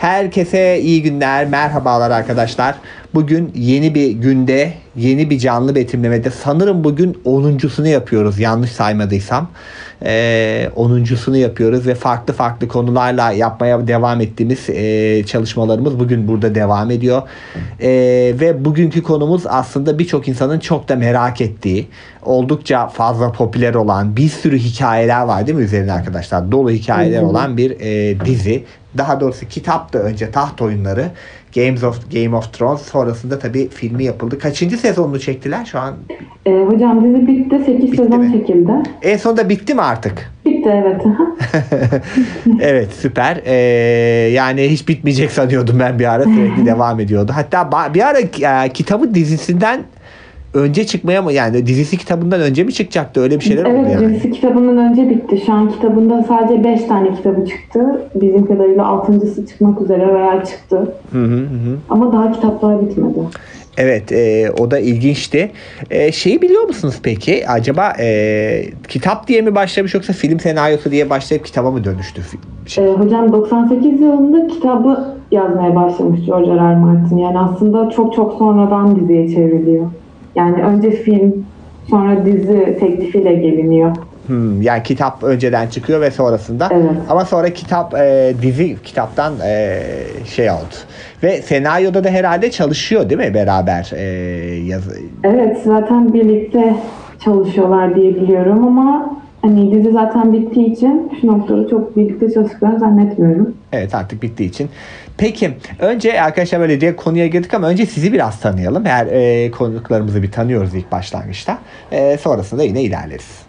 Herkese iyi günler, merhabalar arkadaşlar. Bugün yeni bir günde, yeni bir canlı betimlemede sanırım bugün 10'uncusunu yapıyoruz yanlış saymadıysam. 10'uncusunu yapıyoruz ve farklı konularla yapmaya devam ettiğimiz çalışmalarımız bugün burada devam ediyor. Ve bugünkü konumuz aslında birçok insanın çok da merak ettiği, oldukça fazla popüler olan bir sürü hikayeler var değil mi üzerine arkadaşlar? Dolu hikayeler olan bir dizi. Daha doğrusu kitaptı önce, Taht Oyunları. Game of Thrones, sonrasında tabii filmi yapıldı. Kaçıncı sezonunu çektiler şu an? Hocam dizi bitti. 8 sezon mi çekildi. En sonunda bitti mi artık? Bitti, evet. Evet, süper. Yani hiç bitmeyecek sanıyordum ben bir ara, sürekli devam ediyordu. Hatta bir ara kitabı dizisinden önce çıkmaya mı, yani dizisi kitabından önce mi çıkacaktı? Öyle bir şeyler oldu yani. Evet, dizisi kitabından önce bitti. Şu an kitabında sadece 5 tane kitabı çıktı. Bizim kadarıyla 6.'sı çıkmak üzere veya çıktı. Hı. Ama daha kitaplar bitmedi. Evet, o da ilginçti. Şeyi biliyor musunuz peki? Acaba kitap diye mi başlamış yoksa film senaryosu diye başlayıp kitaba mı dönüştü? Hocam 98 yılında kitabı yazmaya başlamış George R. R. Martin. Yani aslında çok sonradan diziye çevriliyor. Yani önce film, sonra dizi teklifiyle geliniyor. Yani kitap önceden çıkıyor ve sonrasında. Evet. Ama sonra dizi kitaptan şey oldu. Ve senaryoda da herhalde çalışıyor değil mi beraber yazı? Evet, zaten birlikte çalışıyorlar diye biliyorum ama hani dizi zaten bittiği için şu noktada çok birlikte çalıştıklarını zannetmiyorum. Evet, artık bittiği için. Peki önce arkadaşlar böyle diye konuya girdik ama önce sizi biraz tanıyalım. Konuklarımızı bir tanıyoruz ilk başlangıçta. Sonrasında yine ilerleriz.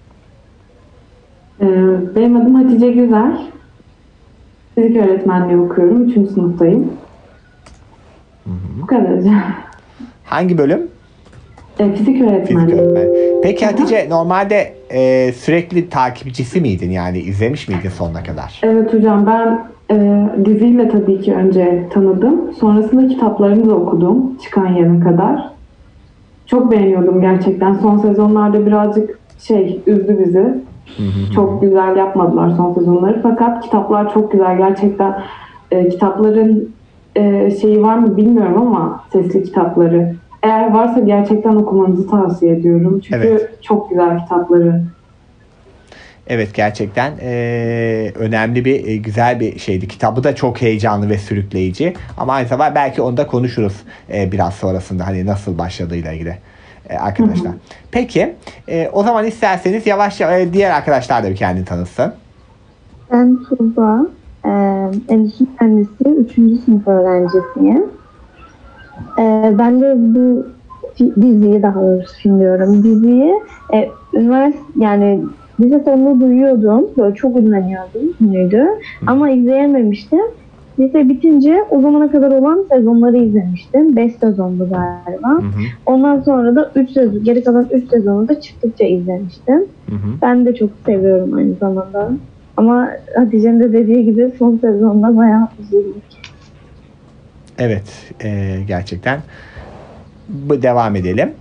Benim adım Hatice Güzel. Fizik öğretmenliği okuyorum. 3. sınıftayım. Bu kadar. Hangi bölüm? Fizik öğretmenliği. Peki Hatice, normalde sürekli takipçisi miydin, yani izlemiş miydin sonuna kadar? Evet hocam, ben diziyle tabii ki önce tanıdım. Sonrasında kitaplarını da okudum çıkan yerine kadar. Çok beğeniyordum gerçekten. Son sezonlarda birazcık üzdü bizi. Çok güzel yapmadılar son sezonları. Fakat kitaplar çok güzel. Gerçekten kitapların şeyi var mı bilmiyorum ama sesli kitapları. Eğer varsa gerçekten okumanızı tavsiye ediyorum. Çünkü çok güzel kitapları. Evet, gerçekten önemli bir güzel bir şeydi. Kitabı da çok heyecanlı ve sürükleyici. Ama aynı zamanda belki onu da konuşuruz biraz sonrasında, hani nasıl başladığıyla ilgili arkadaşlar. Peki o zaman isterseniz yavaş diğer arkadaşlar da bir kendini tanıtsın. Ben Tuğba. Endüstri Mühendisi 3. sınıf öğrencisiyim. Ben de bu diziyi, daha doğrusu film diyorum, diziyi yani lise sonunda duyuyordum. Böyle çok ünlüydü. Ama izleyememiştim. Lise bitince o zamana kadar olan sezonları izlemiştim. 5 sezondu galiba. Ondan sonra da geri kalan 3 sezonu da çıktıkça izlemiştim. Ben de çok seviyorum aynı zamanda. Ama Hatice'nin de dediği gibi son sezonda bayağı üzüldük. Evet, gerçekten. Devam edelim.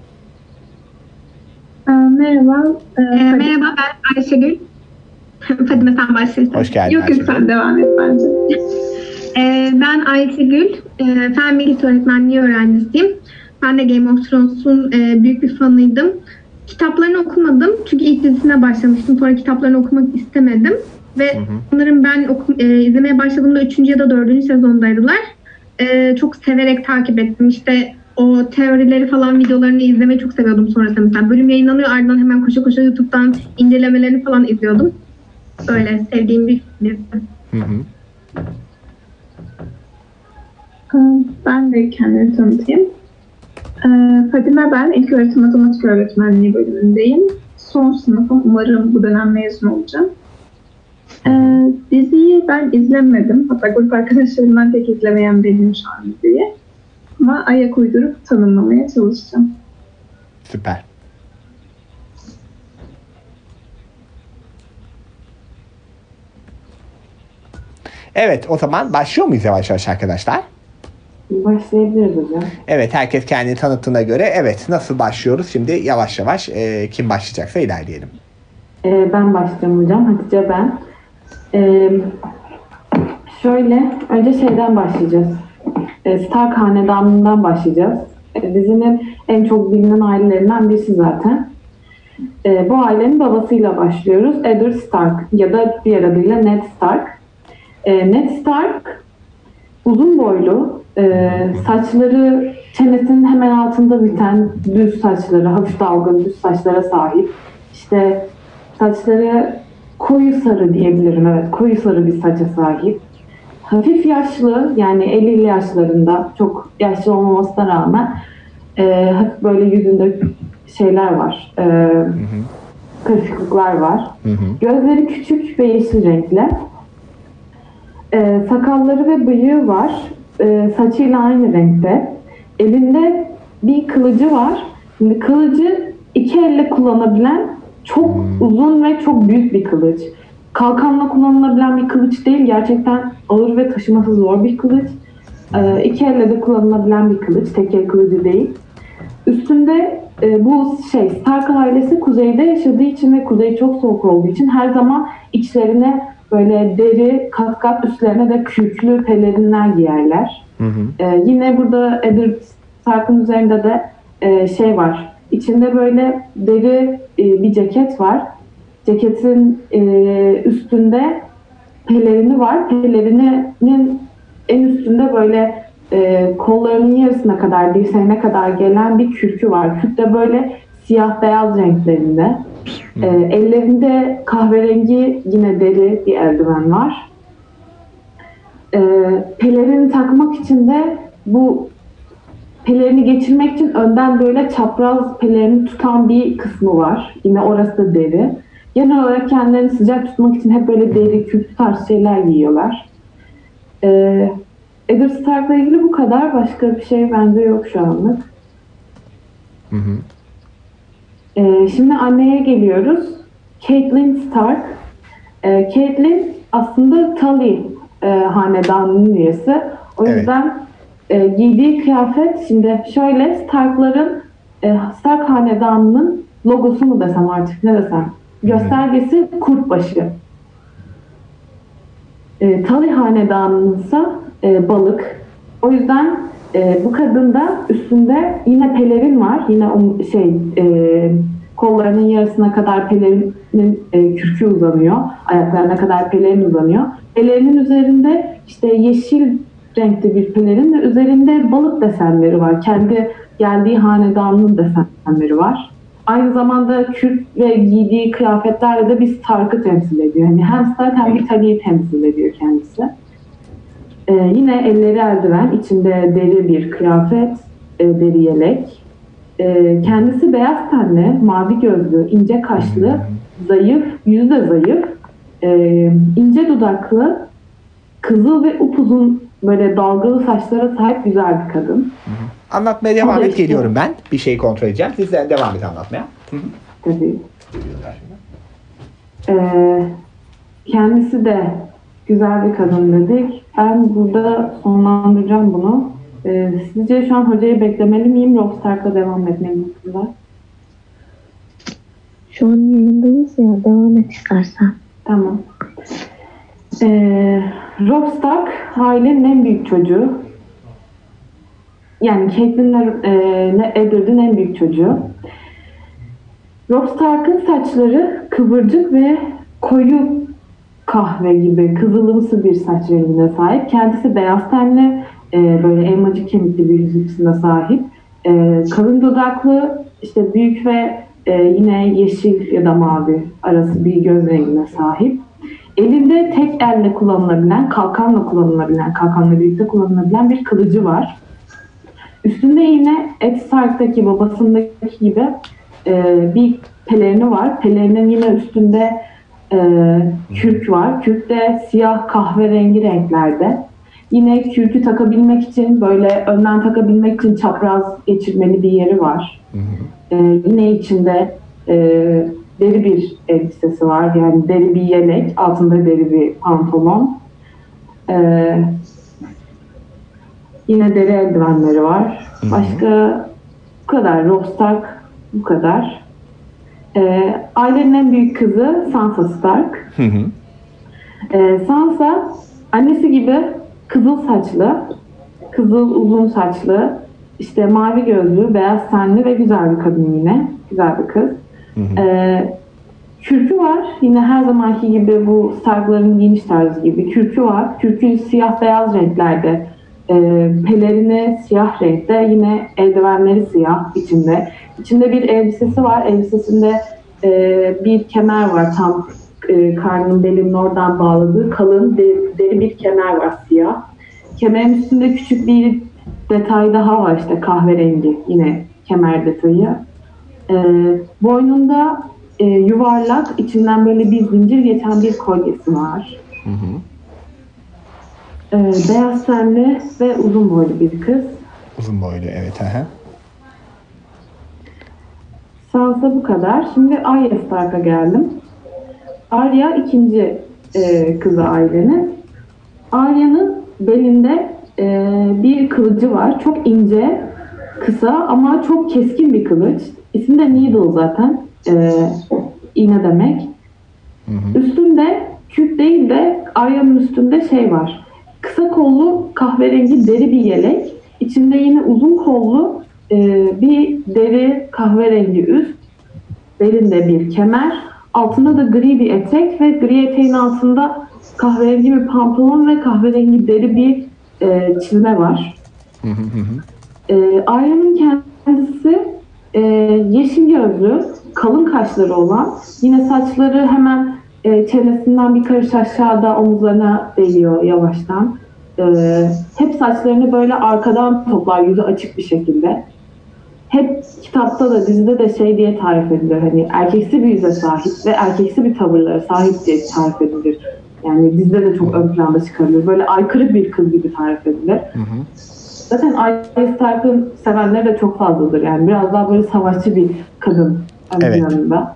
Merhaba. Merhaba, ben Ayşegül. Fadime, sen başlayalım. Hoş geldin. Yok sen devam et bence. Ben Ayşegül. Fen bilgisi öğretmenliği öğrencisiyim. Ben de Game of Thrones'un büyük bir fanıydım. Kitaplarını okumadım. Çünkü ilk dizisine başlamıştım. Sonra kitaplarını okumak istemedim. Ve sanırım ben izlemeye başladığımda 3. ya da 4. sezondaydılar. Çok severek takip ettim. İşte o teorileri falan, videolarını izlemeyi çok seviyordum sonrasında. Mesela bölüm yayınlanıyor, ardından hemen koşa YouTube'dan incelemelerini falan izliyordum. Böyle sevdiğim bir dizi. Ben de kendimi tanıtayım. Fadime ben. İlköğretim Matematik Öğretmenliği bölümündeyim. Son sınıfım. Umarım bu dönem mezun olacağım. Diziyi ben izlemedim. Hatta grup arkadaşlarımdan tek izlemeyen benim şu an diziyi. Ama ayak uydurup tanımlamaya çalışacağım. Süper. Evet, o zaman başlıyor muyuz yavaş yavaş arkadaşlar? Başlayabiliriz hocam. Evet, herkes kendini tanıttığına göre nasıl başlıyoruz? Şimdi yavaş yavaş kim başlayacaksa ilerleyelim. Ben başlayacağım hocam. Hatice ben. Şöyle, önce şeyden başlayacağız. Stark hanedanından başlayacağız. Dizinin en çok bilinen ailelerinden birisi zaten. Bu ailenin babasıyla başlıyoruz. Eddard Stark ya da diğer adıyla Ned Stark. Ned Stark uzun boylu, saçları çenesinin hemen altında biten düz saçları, hafif dalgalı düz saçlara sahip. İşte saçları koyu sarı diyebilirim, evet, koyu sarı bir saça sahip. Hafif yaşlı, yani 50'li yaşlarında, çok yaşlı olmamasına rağmen hafif böyle yüzünde şeyler var, kırışıklıklar var. Gözleri küçük ve yeşil renkli. Sakalları ve bıyığı var. Saçıyla aynı renkte. Elinde bir kılıcı var. Şimdi kılıcı iki elle kullanabilen çok uzun ve çok büyük bir kılıç. Kalkanla kullanılabilen bir kılıç değil. Gerçekten ağır ve taşıması zor bir kılıç. İki elle de kullanılabilen bir kılıç. Tek el kılıcı değil. Üstünde bu Stark ailesi kuzeyde yaşadığı için ve kuzey çok soğuk olduğu için her zaman içlerine böyle deri, kat kat üstlerine de kürklü pelerinler giyerler. Yine burada Eddard Stark'ın üzerinde de var. İçinde böyle deri bir ceket var. Ceketin üstünde pelerini var. Pelerinin en üstünde böyle kollarının yarısına kadar, dirseğine kadar gelen bir kürkü var. Kürk de böyle siyah beyaz renklerinde. Ellerinde kahverengi yine deri bir eldiven var. Pelerini takmak için de bu pelerini geçirmek için önden böyle çapraz pelerini tutan bir kısmı var. Yine orası da deri. Genel olarak kendilerini sıcak tutmak için hep böyle deri, kürklü tarz şeyler giyiyorlar. Eddard Stark'la ilgili bu kadar. Başka bir şey bence yok şu anlık. Şimdi anneye geliyoruz. Catelyn Stark. Catelyn aslında Tully hanedanının üyesi. O yüzden giydiği kıyafet, şimdi şöyle, Stark hanedanının logosu mu desem artık, ne desem, göstergesi kurtbaşı. Tully hanedanının ise balık. O yüzden bu kadın da üstünde yine pelerin var. Yine kollarının yarısına kadar pelerinin kürkü uzanıyor. Ayaklarına kadar pelerin uzanıyor. Pelerinin üzerinde işte yeşil renkli bir pelerin ve üzerinde balık desenleri var. Kendi geldiği hanedanının desenleri var. Aynı zamanda kürk ve giydiği kıyafetlerle de bir Stark'ı temsil ediyor. Yani hem Stark hem bir Tully'yi temsil ediyor kendisi. Yine elleri eldiven, içinde deri bir kıyafet, deri yelek. Kendisi beyaz tenli, mavi gözlü, ince kaşlı, zayıf, yüzü de zayıf, ince dudaklı, kızıl ve upuzun böyle dalgalı saçlara sahip güzel bir kadın. Anlatmaya devam et, geliyorum ben. Bir şey kontrol edeceğim. Sizden devam et anlatmaya. Tabii. Kendisi de güzel bir kadın dedik. Ben burada sonlandıracağım bunu. Sizce şu an hocayı beklemeli miyim? Robb Stark'la devam etmeliyim aslında. Şu an yayındayız ya. Devam et istersen. Tamam. Robb Stark ailenin en büyük çocuğu. Yani Catelyn'le Eddard'ın en büyük çocuğu. Robb Stark'ın saçları kıvırcık ve koyu kahve gibi kızılımsı bir saç rengine sahip. Kendisi beyaz tenli, böyle elmacık kemikli bir yüz yapısına sahip. Kalın dudaklı, işte büyük ve yine yeşil ya da mavi arası bir göz rengine sahip. Elinde tek elle kullanılabilen, kalkanla birlikte kullanılabilen bir kılıcı var. Üstünde yine Ed Stark'taki babasındaki gibi bir pelerini var. Pelerinin yine üstünde kürk var. Kürk de siyah kahverengi renklerde. Yine kürkü takabilmek için, böyle önden takabilmek için çapraz geçirmeli bir yeri var. Yine içinde deri bir elbisesi var. Yani deri bir yelek, altında deri bir pantolon. Yine deri eldivenleri var. Başka bu kadar. Robb Stark bu kadar. Ailenin en büyük kızı Sansa Stark. Sansa Annesi gibi kızıl saçlı, kızıl uzun saçlı, işte mavi gözlü, beyaz tenli ve güzel bir kadın yine. Güzel bir kız. Kürkü var. Yine her zamanki gibi bu Stark'ların giyiniş tarzı gibi. Kürkü var. Kürkü siyah beyaz renklerde. Pelerini siyah renkte. Yine eldivenleri siyah içinde. İçinde bir elbisesi var. Elbisesinde bir kemer var. Tam karnının belinin oradan bağladığı kalın deri bir kemer var siyah. Kemerin üstünde küçük bir detay daha var, işte kahverengi yine kemer detayı. Boynunda yuvarlak, içinden böyle bir zincir geçen bir kolyesi var. Beyaz tenli ve uzun boylu bir kız. Uzun boylu, evet. Sansa bu kadar. Şimdi Arya Stark'a geldim. Arya ikinci kızı ailenin. Arya'nın belinde bir kılıcı var. Çok ince, kısa ama çok keskin bir kılıç. İsmi de Needle zaten. İğne demek. Üstünde kürk değil de Arya'nın üstünde şey var. Kısa kollu kahverengi deri bir yelek. İçinde yine uzun kollu bir deri kahverengi üst. Belinde bir kemer. Altında da gri bir etek ve gri eteğin altında kahverengi bir pantolon ve kahverengi deri bir çizme var. Arya'nın kendisi yeşil gözlü, kalın kaşları olan, yine saçları hemen çenesinden bir karış aşağıda omuzlarına değiyor yavaştan. Hep saçlarını böyle arkadan toplar, yüzü açık bir şekilde. Hep kitapta da dizide de şey diye tarif edilir, hani erkeksi bir yüze sahip ve erkeksi bir tavırlara sahip diye tarif edilir. Yani dizide de çok ön planda çıkarılır. Böyle aykırı bir kız gibi tarif edilir. Zaten Arya Stark'ın sevenleri de çok fazladır. Yani biraz daha böyle savaşçı bir kadın yanında.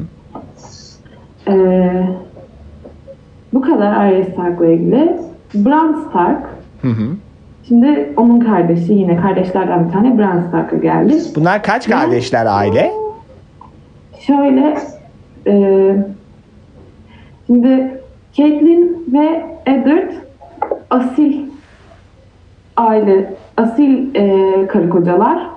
Bu kadar Arya Stark'la ilgili. Bran Stark. Şimdi onun kardeşi, yine kardeşlerden bir tane Bran Stark'a geldi. Bunlar kaç kardeşler aile? Şöyle şimdi Catelyn ve Eddard asil aile, asil karı kocalar.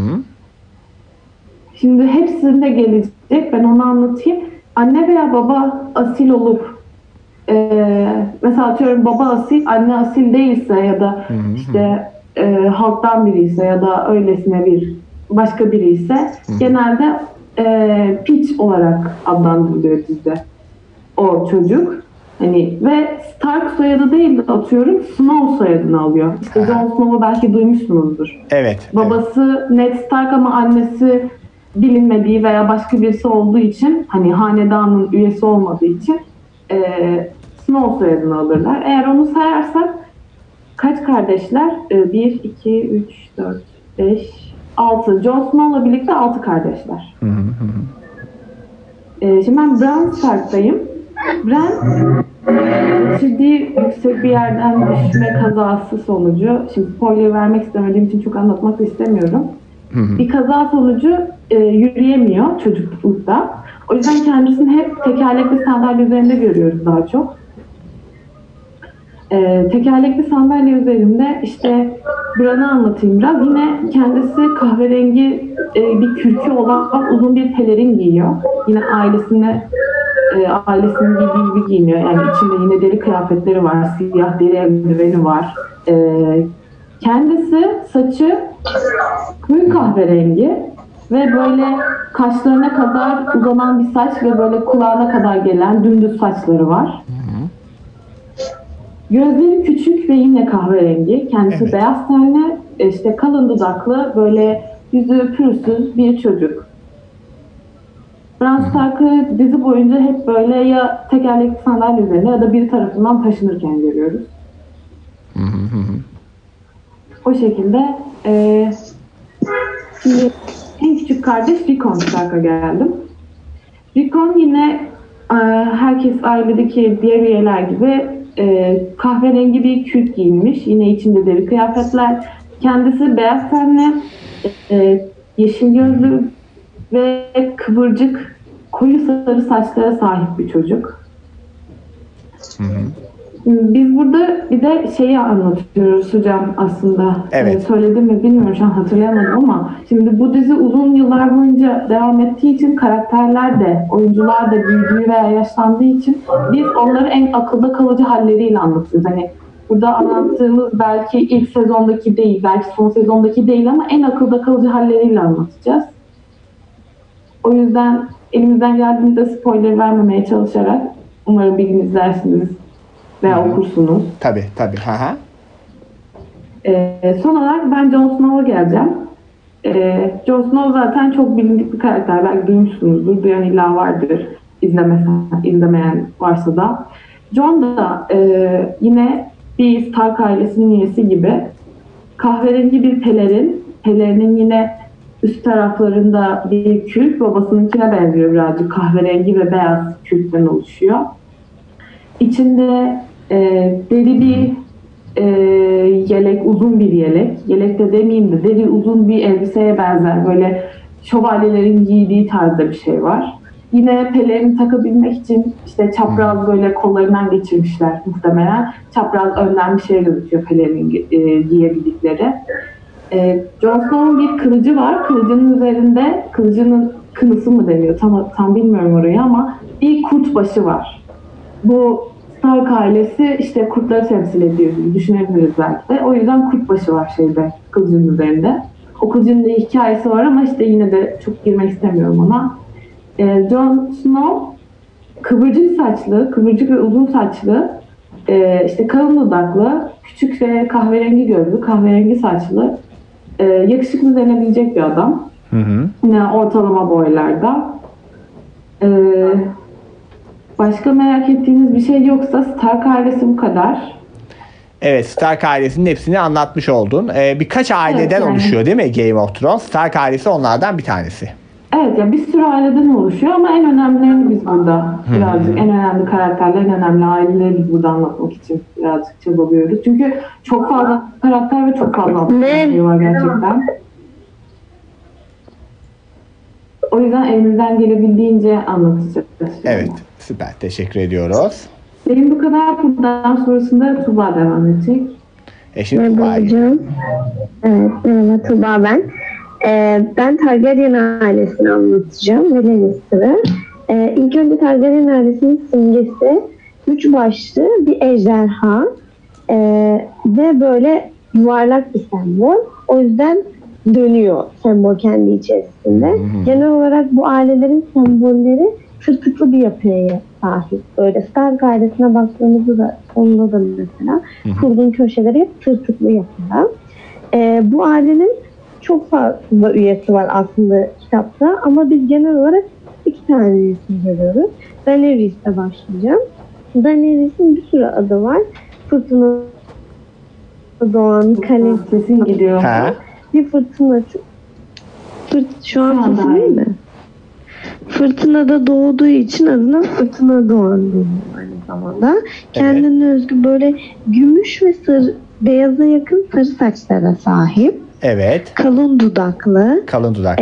Şimdi hepsinde gelecek. Ben onu anlatayım. Anne veya baba asil olup mesela atıyorum baba asil, anne asil değilse ya da işte halktan biri ise ya da öylesine bir başka biri ise genelde piç olarak adlandırılıyor dizide o çocuk. Hani ve Stark soyadı değil de atıyorum Snow soyadını alıyor. İşte Jon Snow'u belki duymuşsunuzdur. Evet. Babası Ned Stark ama annesi bilinmediği veya başka birisi olduğu için, hani hanedanın üyesi olmadığı için Snow soyadını alırlar. Eğer onu sayarsak kaç kardeşler? 1, 2, 3, 4, 5, 6. Jon Snow'la birlikte 6 kardeşler. Şimdi ben Bran Stark'tayım. Bran geçirdiği yüksek bir yerden düşme kazası sonucu, şimdi spoiler vermek istemediğim için çok anlatmak da istemiyorum. Bir kaza sonucu yürüyemiyor çocuklukta. O yüzden kendisini hep tekerlekli sandalye üzerinde görüyoruz daha çok. Tekerlekli sandalye üzerinde işte Bran'ı anlatayım biraz. Yine kendisi kahverengi bir kürkü olan uzun bir pelerin giyiyor. Yine ailesinin giydiği gibi giyiniyor. Yani içinde yine deri kıyafetleri var. Siyah deri eldiveni var. Kendisi saçı koyu kahverengi ve böyle kaşlarına kadar uzanan bir saç ve böyle kulağına kadar gelen dümdüz saçları var. Gözleri küçük ve yine kahverengi. Kendisi beyaz tenli, işte kalın dudaklı, böyle yüzü pürüzsüz bir çocuk. Bran Stark'ı dizi boyunca hep böyle ya tekerlekli sandalye üzerinde ya da biri tarafından taşınırken görüyoruz. O şekilde şimdi en küçük kardeş Rickon Stark'a geldim. Rickon yine herkes ailedeki diğer üyeler gibi kahverengi bir kürk giyinmiş. Yine içinde deri kıyafetler. Kendisi beyaz tenli, yeşil gözlü ve kıvırcık, koyu sarı saçlara sahip bir çocuk. Biz burada bir de şeyi anlatıyoruz hocam aslında. Evet. Söyledim mi bilmiyorum, şu an hatırlayamadım ama şimdi bu dizi uzun yıllar boyunca devam ettiği için karakterler de, oyuncular da büyüdüğü veya yaşlandığı için biz onları en akılda kalıcı halleriyle anlatıyoruz. Hani burada anlattığımız belki ilk sezondaki değil, belki son sezondaki değil ama en akılda kalıcı halleriyle anlatacağız. O yüzden elimizden geldiğince spoiler vermemeye çalışarak umarım bir gün izlersiniz veya okursunuz. Tabii. Hı. Son olarak ben Jon Snow'a geleceğim. Jon Snow zaten çok bilindik bir karakter. Belki duymuşsunuzdur. Duyan illa vardır. İzlemeyen varsa da. Jon da yine bir Stark ailesinin üyesi gibi kahverengi bir pelerin. Pelerinin yine üst taraflarında bir kürk. Babasınınkine benziyor birazcık. Kahverengi ve beyaz kürkten oluşuyor. İçinde deri bir yelek, uzun bir yelek. Yelek de demeyeyim de deri uzun bir elbiseye benzer, böyle şövalyelerin giydiği tarzda bir şey var. Yine pelerini takabilmek için işte çapraz böyle kollarından geçirmişler muhtemelen. Çapraz önden bir şey gözüküyor pelerini giyebildikleri. Jon Snow'un bir kılıcı var. Kılıcının üzerinde, kılıcının kınısı mı deniyor tam bilmiyorum orayı ama bir kurt başı var. Bu Stark ailesi işte kurtları temsil ediyor gibi düşünebiliriz belki de. O yüzden kurtbaşı var kılıcın üzerinde. O kılıcın da hikayesi var ama işte yine de çok girmek istemiyorum ona. Jon Snow kıvırcık ve uzun saçlı, işte kalın dudaklı, küçük ve kahverengi gözlü, kahverengi saçlı, yakışıklı denebilecek bir adam. Hı. Yine ortalama boylarda. Başka merak ettiğiniz bir şey yoksa Stark ailesi bu kadar. Evet, Stark ailesinin hepsini anlatmış oldun. Birkaç aileden yani oluşuyor değil mi Game of Thrones? Stark ailesi onlardan bir tanesi. Evet, ya bir sürü aileden oluşuyor ama en önemlilerini biz burada birazcık, en önemli karakterler, en önemli aileleri biz burada anlatmak için birazcık çabalıyoruz. Çünkü çok fazla karakter ve çok fazla anlatıyor var gerçekten. O yüzden elimizden gelebildiğince anlatacağız. Evet, süper. Teşekkür ediyoruz. Benim bu kadar. Buradan sonrasında Tuba devam edecek. Şimdi Merhaba Tuba'yı. hocam. Evet, merhaba Tuba ben. Ben Targaryen ailesini anlatacağım ve Lannister'ı. İlk önce Targaryen ailesinin simgesi 3 başlı bir ejderha ve böyle yuvarlak bir sembol. O yüzden dönüyor sembol kendi içerisinde. Genel olarak bu ailelerin sembolleri tırtıklı bir yapıya sahip. Böyle Stark ailesine baktığımızda da sonunda da mesela kurdun köşeleri hep tırtıklı yapıda. Bu ailenin çok fazla üyesi var aslında kitapta ama biz genel olarak 2 tane üyesini görüyoruz. Daenerys'le başlayacağım. Daenerys'in bir sürü adı var. Fırtına doğan, kalem Sesin gidiyor. Ha? bir fırtına şu an sesi değil mi? Fırtınada doğduğu için adına fırtına doğan deniyor aynı zamanda. Kendine özgü böyle gümüş ve beyaza yakın sarı saçlara sahip. Evet. Kalın dudaklı. Kalın dudak.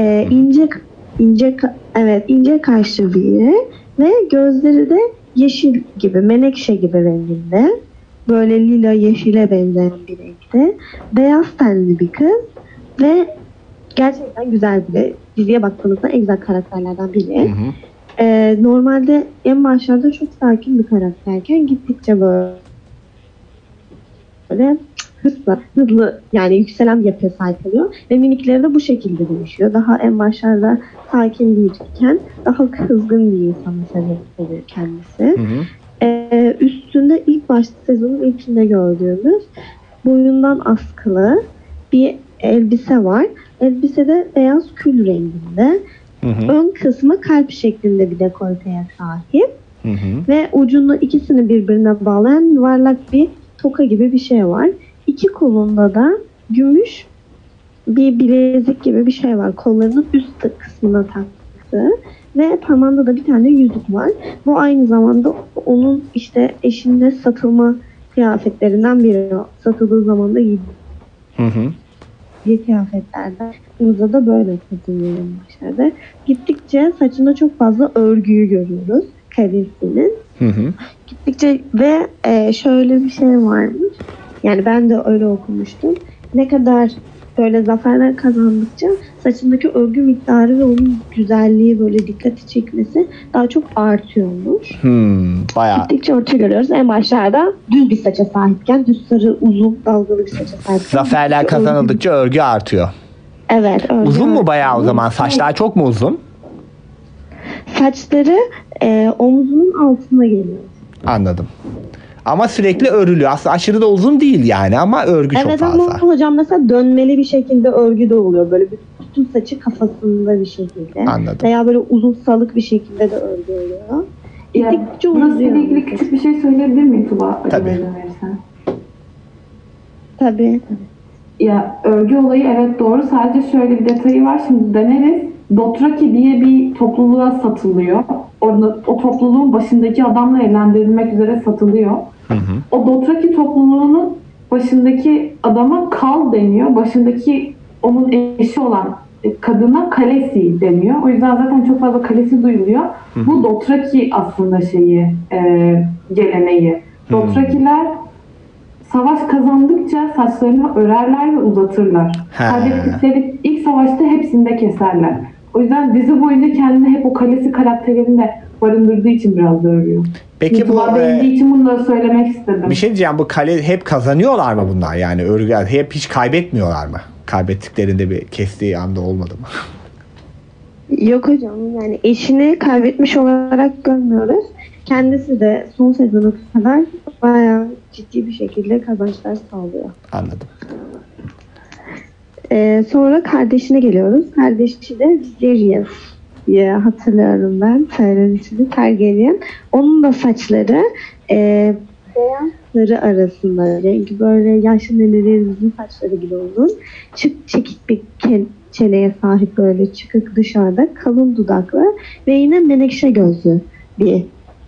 ince kaşlı biri ve gözleri de yeşil gibi, menekşe gibi renginde. Böyle lila yeşile benzeyen bir renkte. Beyaz tenli bir kız ve gerçekten güzel bir diziye baktığınızda en güzel karakterlerden biri. Normalde en başlarda çok sakin bir karakterken gittikçe böyle hızlı yani yükselen bir yapıya sahip oluyor ve mimikleri de bu şekilde değişiyor. Daha en başlarda sakin biriyken daha kızgın bir insana sebep oluyor kendisi. Üstünde ilk başta sezonun ilkinde gördüğümüz boyundan askılı bir elbise var. Elbisede beyaz kül renginde. Ön kısmı kalp şeklinde bir dekolteye sahip. Ve ucunda ikisini birbirine bağlayan yuvarlak bir toka gibi bir şey var. 2 kolunda da gümüş bir bilezik gibi bir şey var. Kollarının üst kısmına taktığı ve parmağında da bir tane yüzük var. Bu aynı zamanda onun işte eşinde satılma kıyafetlerinden biri. Satıldığı zaman da giydiği kıyafetlerden. Kırmızı da böyle satılıyor başlarda. Gittikçe saçında çok fazla örgüyü görüyoruz. Kalesinin. Hı hı. Gittikçe ve şöyle bir şey varmış. Yani ben de öyle okumuştum. Ne kadar böyle zaferler kazandıkça saçındaki örgü miktarı ve onun güzelliği böyle dikkati çekmesi daha çok artıyormuş. Bayağı. Gittikçe ortaya görüyoruz. En başlarda düz bir saça sahipken, düz sarı uzun dalgalı bir saça sahipken. Zaferler kazanıldıkça örgü artıyor. Evet. Uzun mu bayağı o zaman? Saçlar çok mu uzun? Saçları omzunun altına geliyor. Anladım. Ama sürekli örülü. Aslında aşırı da uzun değil yani ama örgü çok fazla. Evet ama hocam mesela dönmeli bir şekilde örgü de oluyor. Böyle bütün saçı kafasında bir şekilde. Anladım. Veya böyle uzun salık bir şekilde de örgü oluyor. Burası ile ilgili küçük bir şey söyleyebilir miyim Tuba? Tabii. Tabii. Ya örgü olayı evet doğru. Sadece şöyle bir detayı var. Şimdi Daenerys Dothraki diye bir topluluğa satılıyor. Orada, o topluluğun başındaki adamla evlendirilmek üzere satılıyor. Hı hı. O Dothraki topluluğunun başındaki adama Kal deniyor. Başındaki onun eşi olan kadına Khaleesi deniyor. O yüzden zaten çok fazla Khaleesi duyuluyor. Hı hı. Bu Dothraki aslında geleneği. Dothrakiler savaş kazandıkça saçlarını örerler ve uzatırlar. Kaybettikleri ilk savaşta hepsini de keserler. O yüzden dizi boyunca kendini hep o Khaleesi karakterini de barındırdığı için biraz da örüyor. Peki bu değindiği için bunu da söylemek istedim. bir şey diyeceğim, bu kale hep kazanıyorlar mı bunlar, yani örgü hep hiç kaybetmiyorlar mı? Kaybettiklerinde bir kestiği anda olmadı mı? Yok hocam, yani eşini kaybetmiş olarak görmüyoruz. Kendisi de son sezona kadar bayağı ciddi bir şekilde kazançlar sağlıyor. Anladım. Sonra kardeşine geliyoruz. Kardeşi de Viserys diye hatırlıyorum ben. Targaryen'in Targaryen. Onun da saçları beyaz sarı arasında. Rengi böyle yaşlı nenelerimizin saçları gibi uzun. Çekik bir çeneye sahip, böyle çıkık dışarıda, kalın dudaklı ve yine menekşe gözlü bir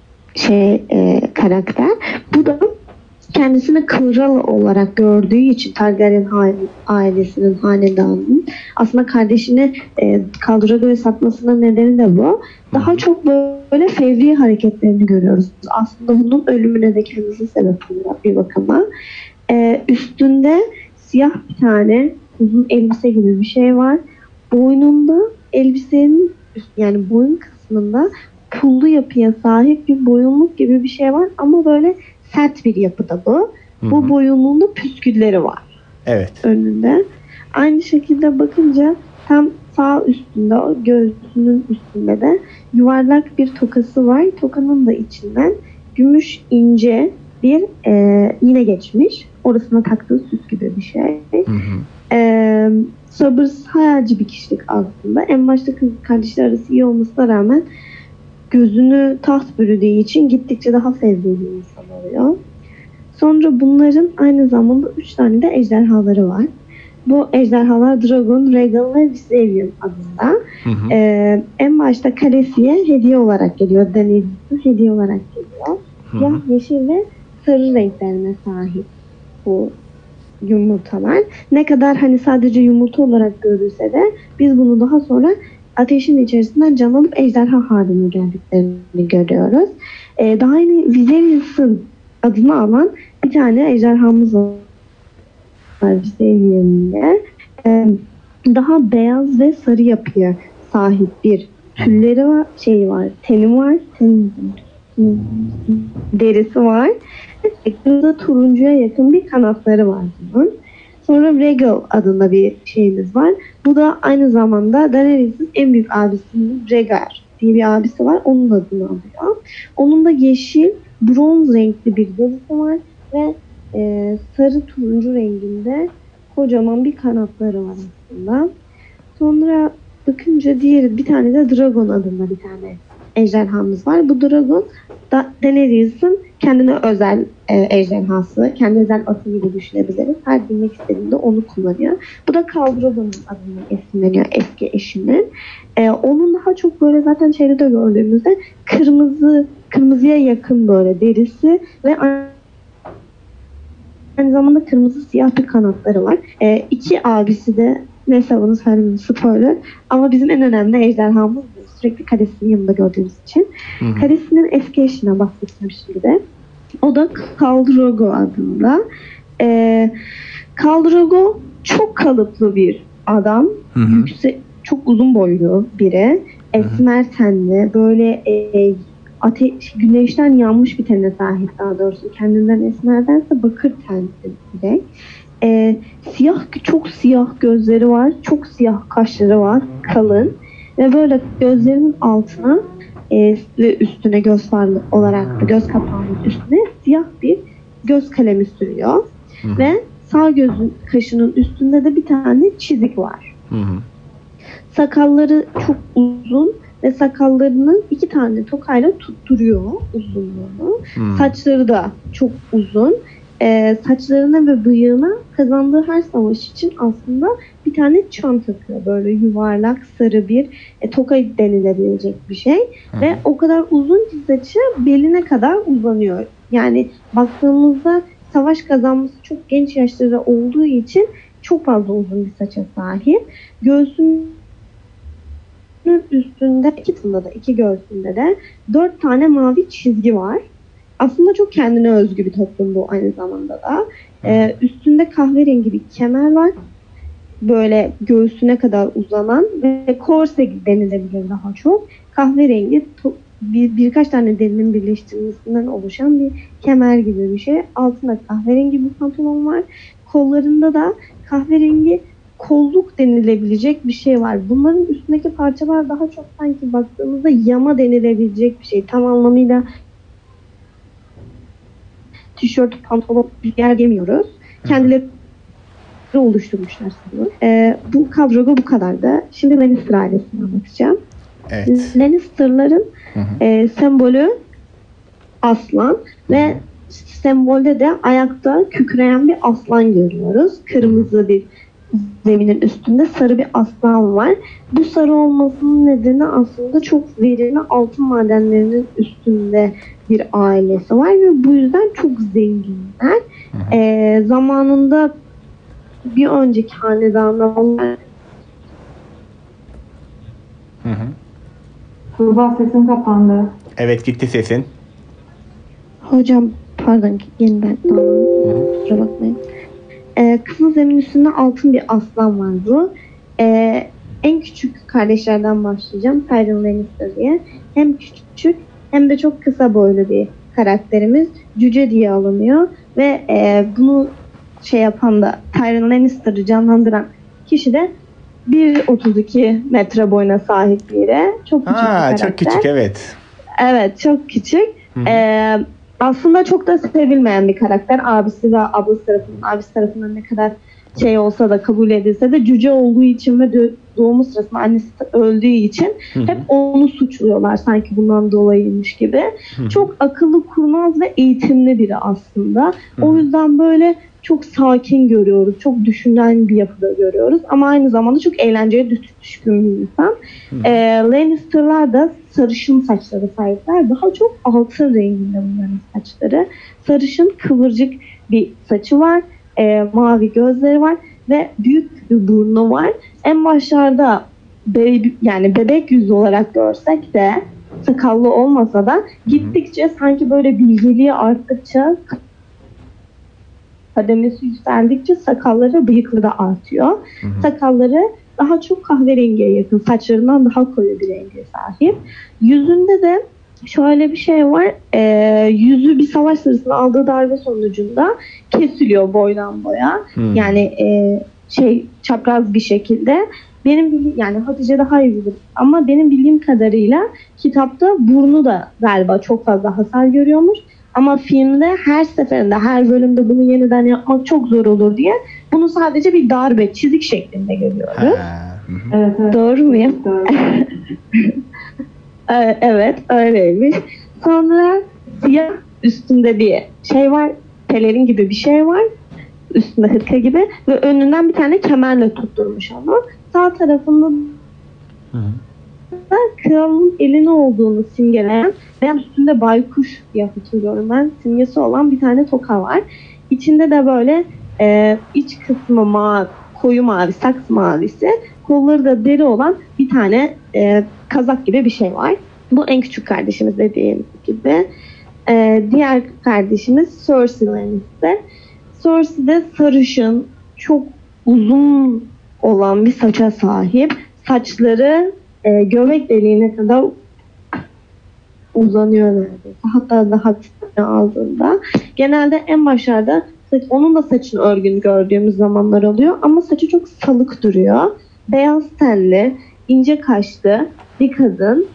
karakter. Bu da kendisini kral olarak gördüğü için Targaryen ailesinin, hanedanının aslında kardeşini kaldıra göre satmasının nedeni de bu. Daha çok böyle fevri hareketlerini görüyoruz. Aslında bunun ölümüne de kendisi sebep oluyor bir bakıma. Üstünde siyah bir tane uzun elbise gibi bir şey var. Boynunda elbisenin, yani boyun kısmında pullu yapıya sahip bir boyunluk gibi bir şey var ama böyle sert bir yapıda bu. Hı-hı. Bu boyunluğunda püskülleri var. Evet. Önünde. Aynı şekilde bakınca tam sağ üstünde, o göğsünün üstünde de yuvarlak bir tokası var. Tokanın da içinden gümüş ince bir iğne geçmiş. Orasına taktığı süs gibi bir şey. Sabırsız, hayalci bir kişilik aslında. En başta kız kardeşler arası iyi olmasına rağmen gözünü taht bürüdüğü için gittikçe daha sevdiği bir insan oluyor. Sonra bunların aynı zamanda 3 tane de ejderhaları var. Bu ejderhalar Dragon, Rhaegal ve Viserion adında. En başta Khaleesi'ye hediye olarak geliyor. Daenerys'e hediye olarak geliyor. Siyah, yeşil ve sarı renklerine sahip bu yumurtalar. Ne kadar hani sadece yumurta olarak görülse de biz bunu daha sonra ateşin içerisinden canlanıp ejderha haline geldiklerini görüyoruz. Daha yeni Viserys'in adını alan bir tane ejderhamız var. Viserys'e. Daha beyaz ve sarı yapıya sahip bir tülleri var, teni var, derisi var. Burada turuncuya yakın bir kanatları var bunun. Sonra Rhaegal adında bir şeyimiz var. Bu da aynı zamanda Daenerys'in en büyük abisinin Rhaegar diye bir abisi var. Onun adını alıyor. Onun da yeşil, bronz renkli bir derisi var ve sarı turuncu renginde kocaman bir kanatları var aslında. Sonra bakınca bir tane de Dragon adında bir tane ejderhamız var. Bu Dragon da Daenerys'in kendine özel ejderhası, kendi özel atı gibi düşünebiliriz. Her bilmek istediğinde onu kullanıyor. Bu da Khal Drogo'nun adına esinleniyor, eski eşinin. Onun daha çok böyle zaten şeyde de gördüğümüzde kırmızıya yakın böyle derisi ve aynı zamanda kırmızı siyah bir kanatları var. İki abisi de, neyse bunu söylemeyeyim, spoiler, ama bizim en önemli ejderhamız bu. sürekli karesinin yanında gördüğümüz için. Karesinin eski eşine bahsedeceğim şimdi de. O da Khal Drogo adında. Khal Drogo çok kalıplı bir adam. Yüksek, çok uzun boylu biri. Esmer tenli, böyle güneşten yanmış bir tene sahip, daha doğrusu. Kendinden esmerdense bakır tenli direkt. Çok siyah gözleri var. Çok siyah kaşları var. Kalın. Ve böyle gözlerinin altına ve üstüne göz farlı olarak göz kapağının üstüne siyah bir göz kalemi sürüyor. Ve sağ gözün kaşının üstünde de bir tane çizik var. Sakalları çok uzun ve sakallarını 2 tane tokayla tutturuyor uzunluğunu. Saçları da çok uzun. Saçlarına ve bıyığına kazandığı her savaş için aslında bir tane çan takıyor. Böyle yuvarlak sarı bir toka denilebilecek bir şey. Ve o kadar uzun ki saçı beline kadar uzanıyor. Yani baktığımızda savaş kazanması çok genç yaşlarda olduğu için çok fazla uzun bir saça sahip. Göğsünün üstünde, iki göğsünde de 4 tane mavi çizgi var. Aslında çok kendine özgü bir toplum bu aynı zamanda da. Üstünde kahverengi bir kemer var. Böyle göğsüne kadar uzanan ve korse denilebilir daha çok. Kahverengi birkaç tane derinin birleştirilmesinden oluşan bir kemer gibi bir şey. Altında kahverengi bir pantolon var. Kollarında da kahverengi kolluk denilebilecek bir şey var. Bunların üstündeki parçalar daha çok sanki baktığımızda yama denilebilecek bir şey. Tam anlamıyla tişört, pantolon bir yer giymiyoruz. Kendileri oluşturmuşlar sanırım. Bu kadroda bu kadardı. Şimdi Lannister ailesini anlatacağım. Evet. Lannister'ların sembolü aslan ve sembolde de ayakta kükreyen bir aslan görüyoruz. Kırmızı bir zeminin üstünde sarı bir aslan var. Bu sarı olmasının nedeni aslında çok verimli altın madenlerinin üstünde bir ailesi var ve bu yüzden çok zenginler. Zamanında bir önceki hanedanda onlar Tuğba, sesin kapandı. Evet, gitti sesin. hocam pardon yeniden kusura bakmayın. Kızıl zemin üstünde altın bir aslan var bu. En küçük kardeşlerden başlayacağım. Tyrion Lannister diye. Hem küçük hem de çok kısa boylu bir karakterimiz. Cüce diye alınıyor. Ve bunu yapan da Tyrion Lannister'ı canlandıran kişi de 1.32 metre boyuna sahip biri. Çok küçük bir karakter. Çok küçük, evet. Evet, çok küçük. Aslında çok da sevilmeyen bir karakter. Abisi ve ablası tarafından ne kadar olsa da kabul edilse de cüce olduğu için ve doğumu sırasında annesi öldüğü için hep onu suçluyorlar. Sanki bundan dolayıymış gibi. Çok akıllı, kurnaz ve eğitimli biri aslında. O yüzden böyle çok sakin görüyoruz. Çok düşünen bir yapıda görüyoruz. Ama aynı zamanda çok eğlenceye düşkün bir insan. Lannister'lar da sarışın saçları sahipler. Daha çok altın renginde bunların saçları. Sarışın, kıvırcık bir saçı var. Mavi gözleri var ve büyük bir burnu var. En başlarda bebek yüzü olarak görsek de sakallı olmasa da gittikçe sanki böyle bilgeliği arttıkça, kademesi yükseldikçe sakalları ve bıyıkları da artıyor. Sakalları daha çok kahverengiye yakın, saçlarından daha koyu bir renge sahip. Yüzünde de şöyle bir şey var. Yüzü bir savaş sırasında aldığı darbe sonucunda kesiliyor boydan boya. Yani çapraz bir şekilde. Hatice daha iyi bilir. Ama benim bildiğim kadarıyla kitapta burnu da galiba çok fazla hasar görüyormuş. Ama filmde her seferinde, her bölümde bunu yeniden yapmak çok zor olur diye bunu sadece bir darbe, çizik şeklinde görüyoruz. Evet. Doğru muyum? Doğru. Evet, öyleymiş. Sonra siyah üstünde bir şey var, pelerin gibi bir şey var. Üstünde hırka gibi ve önünden bir tane kemerle tutturmuş onu. Sağ tarafında da kralın elini olduğunu simgeleyen ve üstünde baykuş diye hatırlıyorum ben, simgesi olan bir tane toka var. İçinde de böyle iç kısmı koyu mavi, saks mavisi. Kolları da deri olan bir tane kazak gibi bir şey var. Bu en küçük kardeşimiz dediğim gibi. Diğer kardeşimiz Cersei Lannister. Cersei de sarışın, çok uzun olan bir saça sahip. Saçları göbek deliğine kadar uzanıyor neredeyse. Hatta daha kısa aldığında. Genelde en başlarda onun da saçını örgün gördüğümüz zamanlar oluyor. Ama saçı çok salık duruyor. Beyaz tenli, ince kaşlı bir kadın.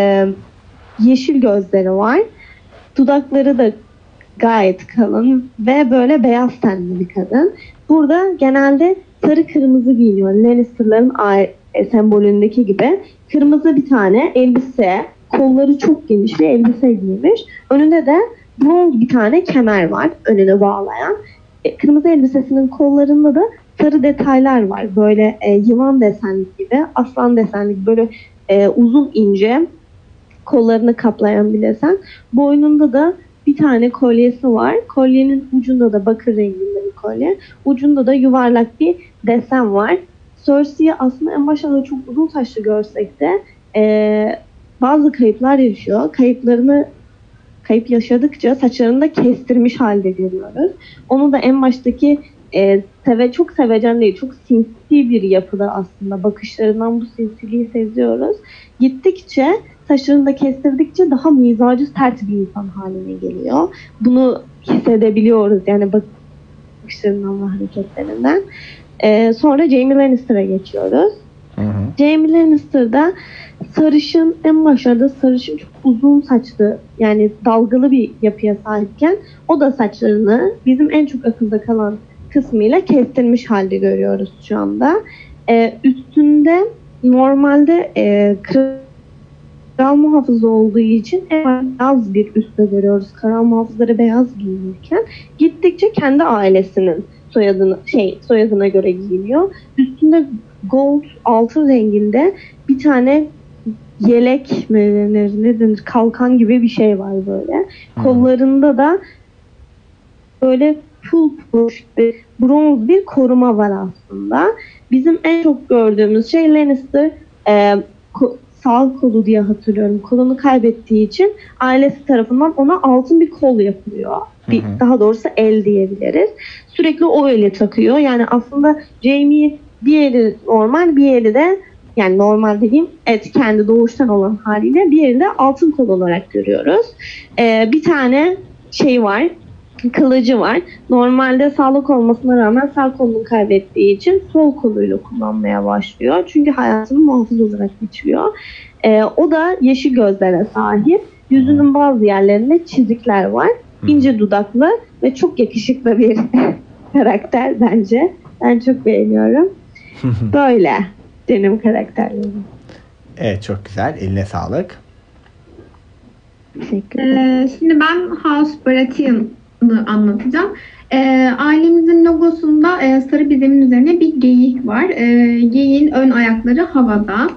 Yeşil gözleri var. Dudakları da gayet kalın ve böyle beyaz tenli bir kadın. Burada genelde sarı kırmızı giyiniyor. Lannister'ların sembolündeki gibi. Kırmızı bir tane elbise, kolları çok geniş bir elbise giymiş. Önünde de bronz bir tane kemer var önüne bağlayan. Kırmızı elbisesinin kollarında da sarı detaylar var. Böyle yılan desenli gibi, aslan desenli gibi böyle uzun ince kollarını kaplayan bir desen. Boynunda da bir tane kolyesi var. Kolyenin ucunda da bakır renginde bir kolye. Ucunda da yuvarlak bir desen var. Cersei'yi aslında en başta çok uzun saçlı görsek de bazı kayıplar yaşıyor. Kayıp yaşadıkça saçlarını da kestirmiş halde görüyoruz. Onu da en baştaki çok sevecen değil, çok sinsi bir yapıda aslında. Bakışlarından bu sinsiliği seziyoruz. Gittikçe, saçlarını da kestirdikçe daha mizacı sert bir insan haline geliyor. Bunu hissedebiliyoruz yani bakışlarından ve hareketlerinden. Sonra Jaime Lannister'a geçiyoruz. Hı hı. Jaime Lannister'da sarışın, en başlarda sarışın çok uzun saçlı, yani dalgalı bir yapıya sahipken o da saçlarını bizim en çok akılda kalan kısmıyla kestirmiş halde görüyoruz şu anda. Üstünde normalde kral muhafızı olduğu için beyaz bir üste görüyoruz. Kral muhafızları beyaz giyinirken gittikçe kendi ailesinin soyadına göre giyiniyor. Üstünde gold, altın renginde bir tane yelek mi denir, ne denir, kalkan gibi bir şey var böyle. Kollarında da böyle pul bronz bir koruma var aslında. Bizim en çok gördüğümüz şey Lannister sağ kolu diye hatırlıyorum. Kolunu kaybettiği için ailesi tarafından ona altın bir kol yapılıyor. Daha doğrusu el diyebiliriz. Sürekli o eli takıyor. Yani aslında Jaime bir eli normal, bir eli de, yani normal dediğim kendi doğuştan olan haliyle, bir eli de altın kol olarak görüyoruz. Bir tane şey var. Kılıcı var. Normalde sağlık olmasına rağmen sağ kolunu kaybettiği için sol koluyla kullanmaya başlıyor. Çünkü hayatını muhafız olarak geçiriyor. O da yeşil gözlere sahip. Yüzünün bazı yerlerinde çizikler var. İnce dudaklı ve çok yakışıklı bir karakter bence. Ben çok beğeniyorum. Böyle benim karakterlerim. Evet, çok güzel. Eline sağlık. Teşekkür ederim. Şimdi ben House Baratheon'ı anlatacağım. Ailemizin logosunda sarı bir zemin üzerine bir geyik var. Geyiğin ön ayakları havada.